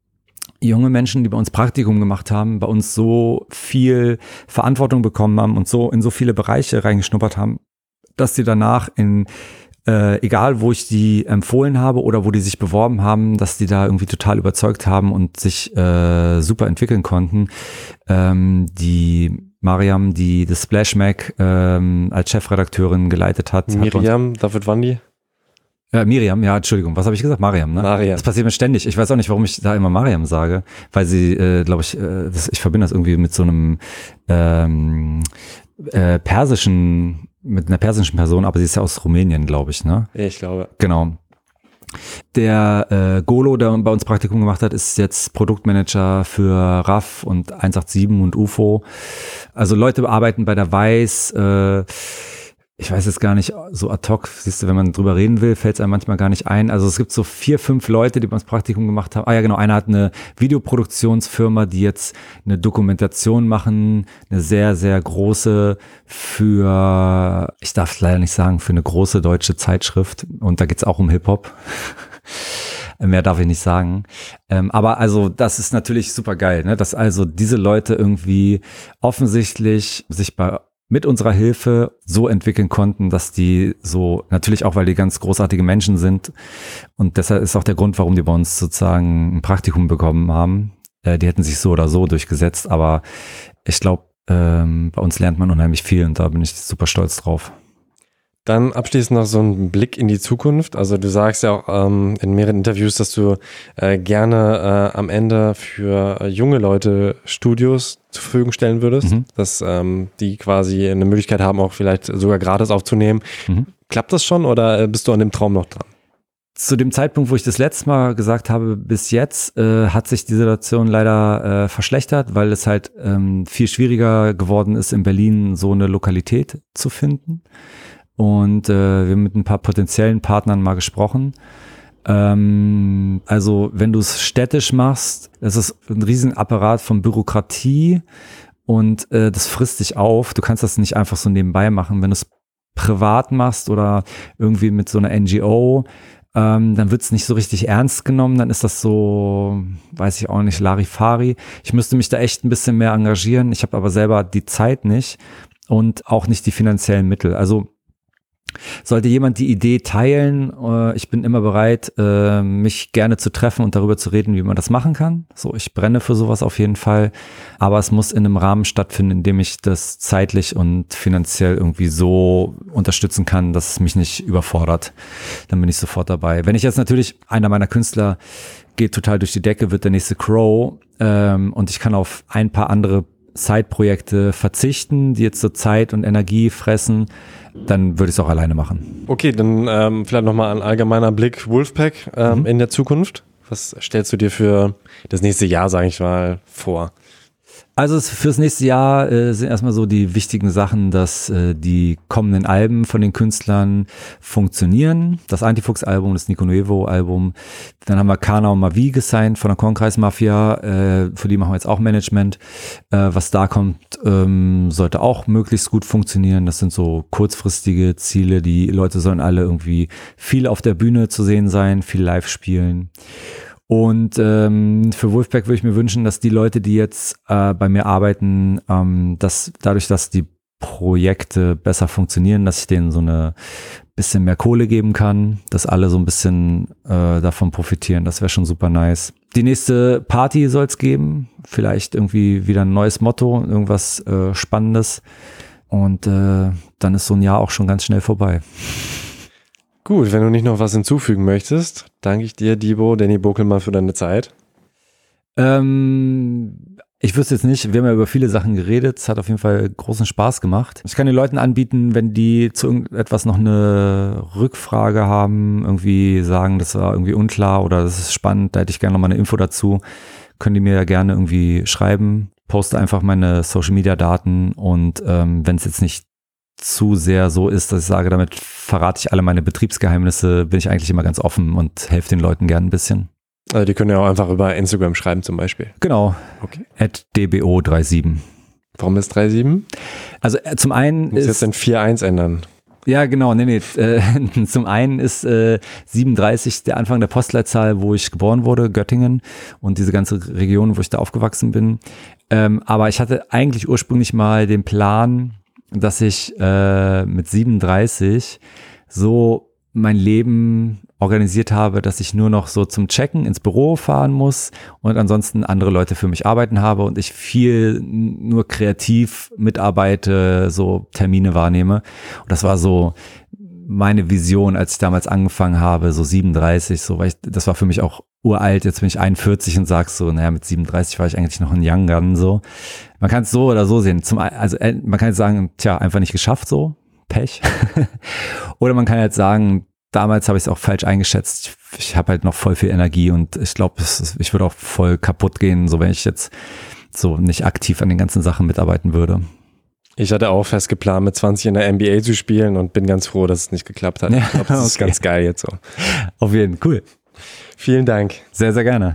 junge Menschen, die bei uns Praktikum gemacht haben, bei uns so viel Verantwortung bekommen haben und so in so viele Bereiche reingeschnuppert haben, dass sie danach in Äh, egal wo ich die empfohlen habe oder wo die sich beworben haben, dass die da irgendwie total überzeugt haben und sich äh, super entwickeln konnten. Ähm, die Mariam, die das Splash Mag ähm, als Chefredakteurin geleitet hat. Miriam, hat David Wandi? Äh, Miriam, ja, Entschuldigung, was habe ich gesagt? Mariam, ne? Mariam. Das passiert mir ständig. Ich weiß auch nicht, warum ich da immer Mariam sage, weil sie, äh, glaube ich, äh, das, ich verbinde das irgendwie mit so einem ähm, äh, persischen mit einer persischen Person, aber sie ist ja aus Rumänien, glaube ich, ne? Ich glaube. Genau. Der äh, Golo, der bei uns Praktikum gemacht hat, ist jetzt Produktmanager für R A F und eins acht sieben und U F O. Also Leute arbeiten bei der Weiß, äh, ich weiß jetzt gar nicht, so ad hoc, siehst du, wenn man drüber reden will, fällt es einem manchmal gar nicht ein. Also es gibt so vier, fünf Leute, die bei uns Praktikum gemacht haben. Ah ja, genau, einer hat eine Videoproduktionsfirma, die jetzt eine Dokumentation machen, eine sehr, sehr große für, ich darf es leider nicht sagen, für eine große deutsche Zeitschrift. Und da geht's auch um Hip-Hop. Mehr darf ich nicht sagen. Ähm, aber also das ist natürlich super geil, ne? Dass also diese Leute irgendwie offensichtlich sich bei mit unserer Hilfe so entwickeln konnten, dass die so, natürlich auch, weil die ganz großartige Menschen sind und deshalb ist auch der Grund, warum die bei uns sozusagen ein Praktikum bekommen haben. Äh, die hätten sich so oder so durchgesetzt, aber ich glaube, ähm, bei uns lernt man unheimlich viel und da bin ich super stolz drauf. Dann abschließend noch so ein Blick in die Zukunft. Also du sagst ja auch ähm, in mehreren Interviews, dass du äh, gerne äh, am Ende für äh, junge Leute Studios zur Verfügung stellen würdest, mhm. dass ähm, die quasi eine Möglichkeit haben, auch vielleicht sogar gratis aufzunehmen. Mhm. Klappt das schon oder bist du an dem Traum noch dran? Zu dem Zeitpunkt, wo ich das letzte Mal gesagt habe, bis jetzt äh, hat sich die Situation leider äh, verschlechtert, weil es halt ähm, viel schwieriger geworden ist, in Berlin so eine Lokalität zu finden. Und äh, wir haben mit ein paar potenziellen Partnern mal gesprochen. Ähm, also wenn du es städtisch machst, das ist ein Riesenapparat von Bürokratie und äh, das frisst dich auf. Du kannst das nicht einfach so nebenbei machen. Wenn du es privat machst oder irgendwie mit so einer N G O, ähm, dann wird es nicht so richtig ernst genommen. Dann ist das so, weiß ich auch nicht, Larifari. Ich müsste mich da echt ein bisschen mehr engagieren. Ich habe aber selber die Zeit nicht und auch nicht die finanziellen Mittel. Also sollte jemand die Idee teilen, äh, ich bin immer bereit, äh, mich gerne zu treffen und darüber zu reden, wie man das machen kann. So, ich brenne für sowas auf jeden Fall, aber es muss in einem Rahmen stattfinden, in dem ich das zeitlich und finanziell irgendwie so unterstützen kann, dass es mich nicht überfordert. Dann bin ich sofort dabei. Wenn ich jetzt natürlich, einer meiner Künstler geht total durch die Decke, wird der nächste Crow ähm, und ich kann auf ein paar andere Side-Projekte verzichten, die jetzt so Zeit und Energie fressen, dann würde ich es auch alleine machen. Okay, dann ähm, vielleicht nochmal ein allgemeiner Blick Wolfpack ähm, mhm. in der Zukunft. Was stellst du dir für das nächste Jahr, sage ich mal, vor? Also es, fürs nächste Jahr äh, sind erstmal so die wichtigen Sachen, dass äh, die kommenden Alben von den Künstlern funktionieren. Das Antifuchs-Album, das Nico Nuevo-Album. Dann haben wir Kana und Mavi gesigned von der Kornkreis Mafia. Äh, für die machen wir jetzt auch Management. Äh, was da kommt, ähm, sollte auch möglichst gut funktionieren. Das sind so kurzfristige Ziele. Die Leute sollen alle irgendwie viel auf der Bühne zu sehen sein, viel live spielen. Und ähm, für Wolfpack würde ich mir wünschen, dass die Leute, die jetzt äh, bei mir arbeiten, ähm, dass dadurch, dass die Projekte besser funktionieren, dass ich denen so eine bisschen mehr Kohle geben kann, dass alle so ein bisschen äh, davon profitieren. Das wäre schon super nice. Die nächste Party soll es geben, vielleicht irgendwie wieder ein neues Motto, irgendwas äh, Spannendes. Und äh, dann ist so ein Jahr auch schon ganz schnell vorbei. Gut, wenn du nicht noch was hinzufügen möchtest, danke ich dir, Dibo, Danny Bokelmann, für deine Zeit. Ähm, ich wüsste jetzt nicht, wir haben ja über viele Sachen geredet, es hat auf jeden Fall großen Spaß gemacht. Ich kann den Leuten anbieten, wenn die zu irgendetwas noch eine Rückfrage haben, irgendwie sagen, das war irgendwie unklar oder das ist spannend, da hätte ich gerne noch mal eine Info dazu, können die mir ja gerne irgendwie schreiben. Poste einfach meine Social-Media-Daten und ähm, wenn es jetzt nicht zu sehr so ist, dass ich sage, damit verrate ich alle meine Betriebsgeheimnisse, bin ich eigentlich immer ganz offen und helfe den Leuten gern ein bisschen. Also die können ja auch einfach über Instagram schreiben zum Beispiel. Genau, okay. at d b o siebenunddreißig. Warum ist drei sieben? Also äh, zum einen muss ist... jetzt den vier eins ändern. Ja, genau, nee, nee. Äh, zum einen ist äh, siebenunddreißig der Anfang der Postleitzahl, wo ich geboren wurde, Göttingen und diese ganze Region, wo ich da aufgewachsen bin. Ähm, aber ich hatte eigentlich ursprünglich mal den Plan, dass ich äh, mit siebenunddreißig so mein Leben organisiert habe, dass ich nur noch so zum Checken ins Büro fahren muss und ansonsten andere Leute für mich arbeiten habe und ich viel nur kreativ mitarbeite, so Termine wahrnehme. Und das war so meine Vision, als ich damals angefangen habe, so siebenunddreißig, so, weil ich, das war für mich auch uralt, jetzt bin ich einundvierzig und sag so, naja, mit siebenunddreißig war ich eigentlich noch ein Young Gun, so. Man kann es so oder so sehen. Zum, also man kann jetzt sagen, tja, einfach nicht geschafft, so, Pech. Oder man kann jetzt sagen, damals habe ich es auch falsch eingeschätzt. Ich, ich habe halt noch voll viel Energie und ich glaube, ich würde auch voll kaputt gehen, so wenn ich jetzt so nicht aktiv an den ganzen Sachen mitarbeiten würde. Ich hatte auch fest geplant, mit zwanzig in der N B A zu spielen und bin ganz froh, dass es nicht geklappt hat. Ja, ich glaube, das okay. ist ganz geil jetzt so. Auf jeden Fall, cool. Vielen Dank. Sehr, sehr gerne.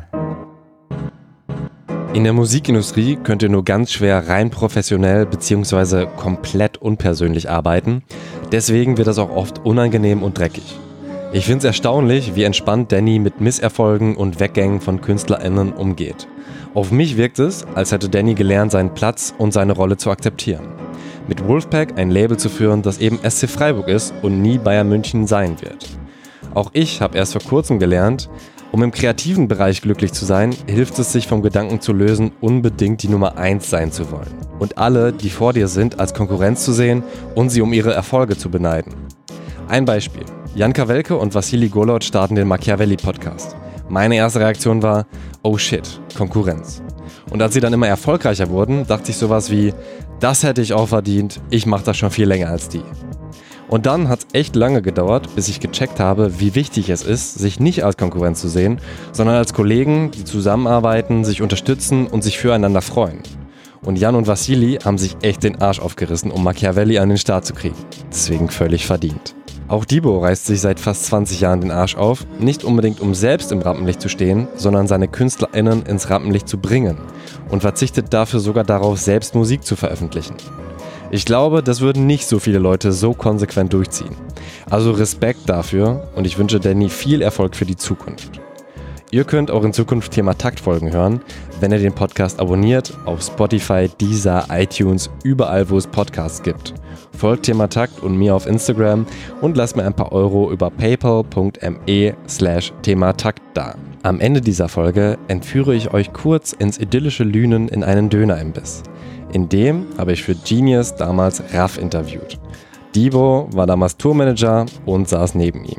In der Musikindustrie könnt ihr nur ganz schwer rein professionell bzw. komplett unpersönlich arbeiten. Deswegen wird das auch oft unangenehm und dreckig. Ich finde es erstaunlich, wie entspannt Danny mit Misserfolgen und Weggängen von KünstlerInnen umgeht. Auf mich wirkt es, als hätte Danny gelernt, seinen Platz und seine Rolle zu akzeptieren. Mit Wolfpack ein Label zu führen, das eben S C Freiburg ist und nie Bayern München sein wird. Auch ich habe erst vor kurzem gelernt, um im kreativen Bereich glücklich zu sein, hilft es sich vom Gedanken zu lösen, unbedingt die Nummer eins sein zu wollen. Und alle, die vor dir sind, als Konkurrenz zu sehen und sie um ihre Erfolge zu beneiden. Ein Beispiel. Jan Kawelke und Wassili Golod starten den Machiavelli-Podcast. Meine erste Reaktion war, oh shit, Konkurrenz. Und als sie dann immer erfolgreicher wurden, dachte ich sowas wie, das hätte ich auch verdient, ich mache das schon viel länger als die. Und dann hat es echt lange gedauert, bis ich gecheckt habe, wie wichtig es ist, sich nicht als Konkurrenz zu sehen, sondern als Kollegen, die zusammenarbeiten, sich unterstützen und sich füreinander freuen. Und Jan und Wassili haben sich echt den Arsch aufgerissen, um Machiavelli an den Start zu kriegen. Deswegen völlig verdient. Auch Dibo reißt sich seit fast zwanzig Jahren den Arsch auf, nicht unbedingt um selbst im Rampenlicht zu stehen, sondern seine KünstlerInnen ins Rampenlicht zu bringen und verzichtet dafür sogar darauf, selbst Musik zu veröffentlichen. Ich glaube, das würden nicht so viele Leute so konsequent durchziehen. Also Respekt dafür und ich wünsche Danny viel Erfolg für die Zukunft. Ihr könnt auch in Zukunft Thema Takt-Folgen hören, wenn ihr den Podcast abonniert auf Spotify, Deezer, iTunes, überall wo es Podcasts gibt. Folgt Thema Takt und mir auf Instagram und lasst mir ein paar Euro über paypal.me slash Thema Takt da. Am Ende dieser Folge entführe ich euch kurz ins idyllische Lünen in einen Dönerimbiss. In dem habe ich für Genius damals Raff interviewt. Dibo war damals Tourmanager und saß neben ihm.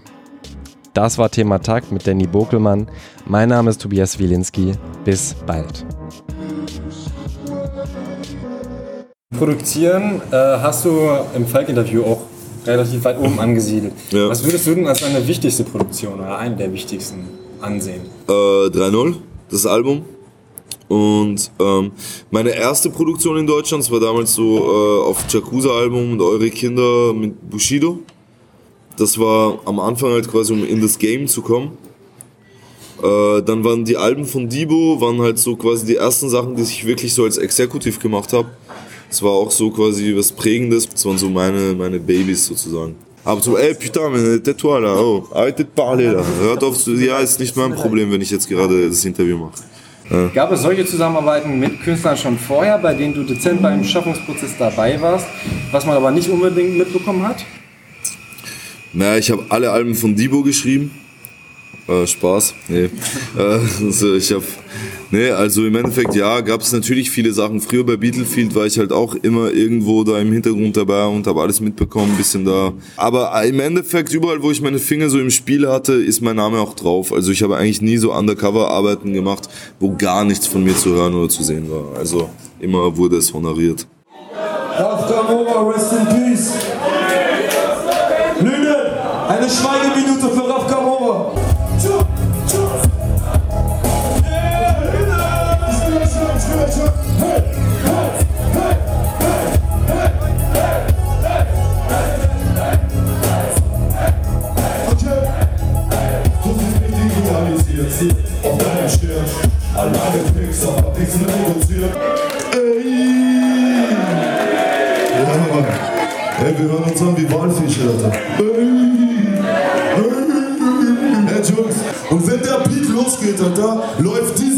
Das war Thema Takt mit Danny Bokelmann. Mein Name ist Tobias Wielinski. Bis bald. Produzieren äh, hast du im Falk-Interview auch relativ weit oben angesiedelt. Ja. Was würdest du denn als deine wichtigste Produktion oder eine der wichtigsten ansehen? Äh, drei null, das Album. Und ähm, meine erste Produktion in Deutschland, das war damals so äh, auf Yakuza-Album und Eure Kinder mit Bushido. Das war am Anfang halt quasi, um in das Game zu kommen. Äh, dann waren die Alben von Debo, waren halt so quasi die ersten Sachen, die ich wirklich so als Exekutiv gemacht habe. Das war auch so quasi was Prägendes. Das waren so meine, meine Babys sozusagen. Aber so, ey, putain, mais tais-toi là, oh, arrêtez de parler là. Hört auf zu, ja, ist nicht mein Problem, wenn ich jetzt gerade das Interview mache. Ja. Gab es solche Zusammenarbeiten mit Künstlern schon vorher, bei denen du dezent beim Schaffungsprozess dabei warst, was man aber nicht unbedingt mitbekommen hat? Naja, ich habe alle Alben von Debo geschrieben. Äh, Spaß, nee. äh, also ich habe, nee, also im Endeffekt, ja, gab es natürlich viele Sachen. Früher bei Battlefield war ich halt auch immer irgendwo da im Hintergrund dabei und habe alles mitbekommen, ein bisschen da. Aber im Endeffekt, überall, wo ich meine Finger so im Spiel hatte, ist mein Name auch drauf. Also ich habe eigentlich nie so Undercover-Arbeiten gemacht, wo gar nichts von mir zu hören oder zu sehen war. Also immer wurde es honoriert. Raf Kamora, rest in peace. Lünen, eine Schweigeminute für Raf Kamora. Auf deinem Stirn, alleine Pixar, hab nichts mehr produziert. Ey! Ja, Mann. Ey, wir hören uns an wie Walfische, Alter. Ey! Ey! Hey, Jungs. Und wenn der Beat losgeht, Alter, läuft diese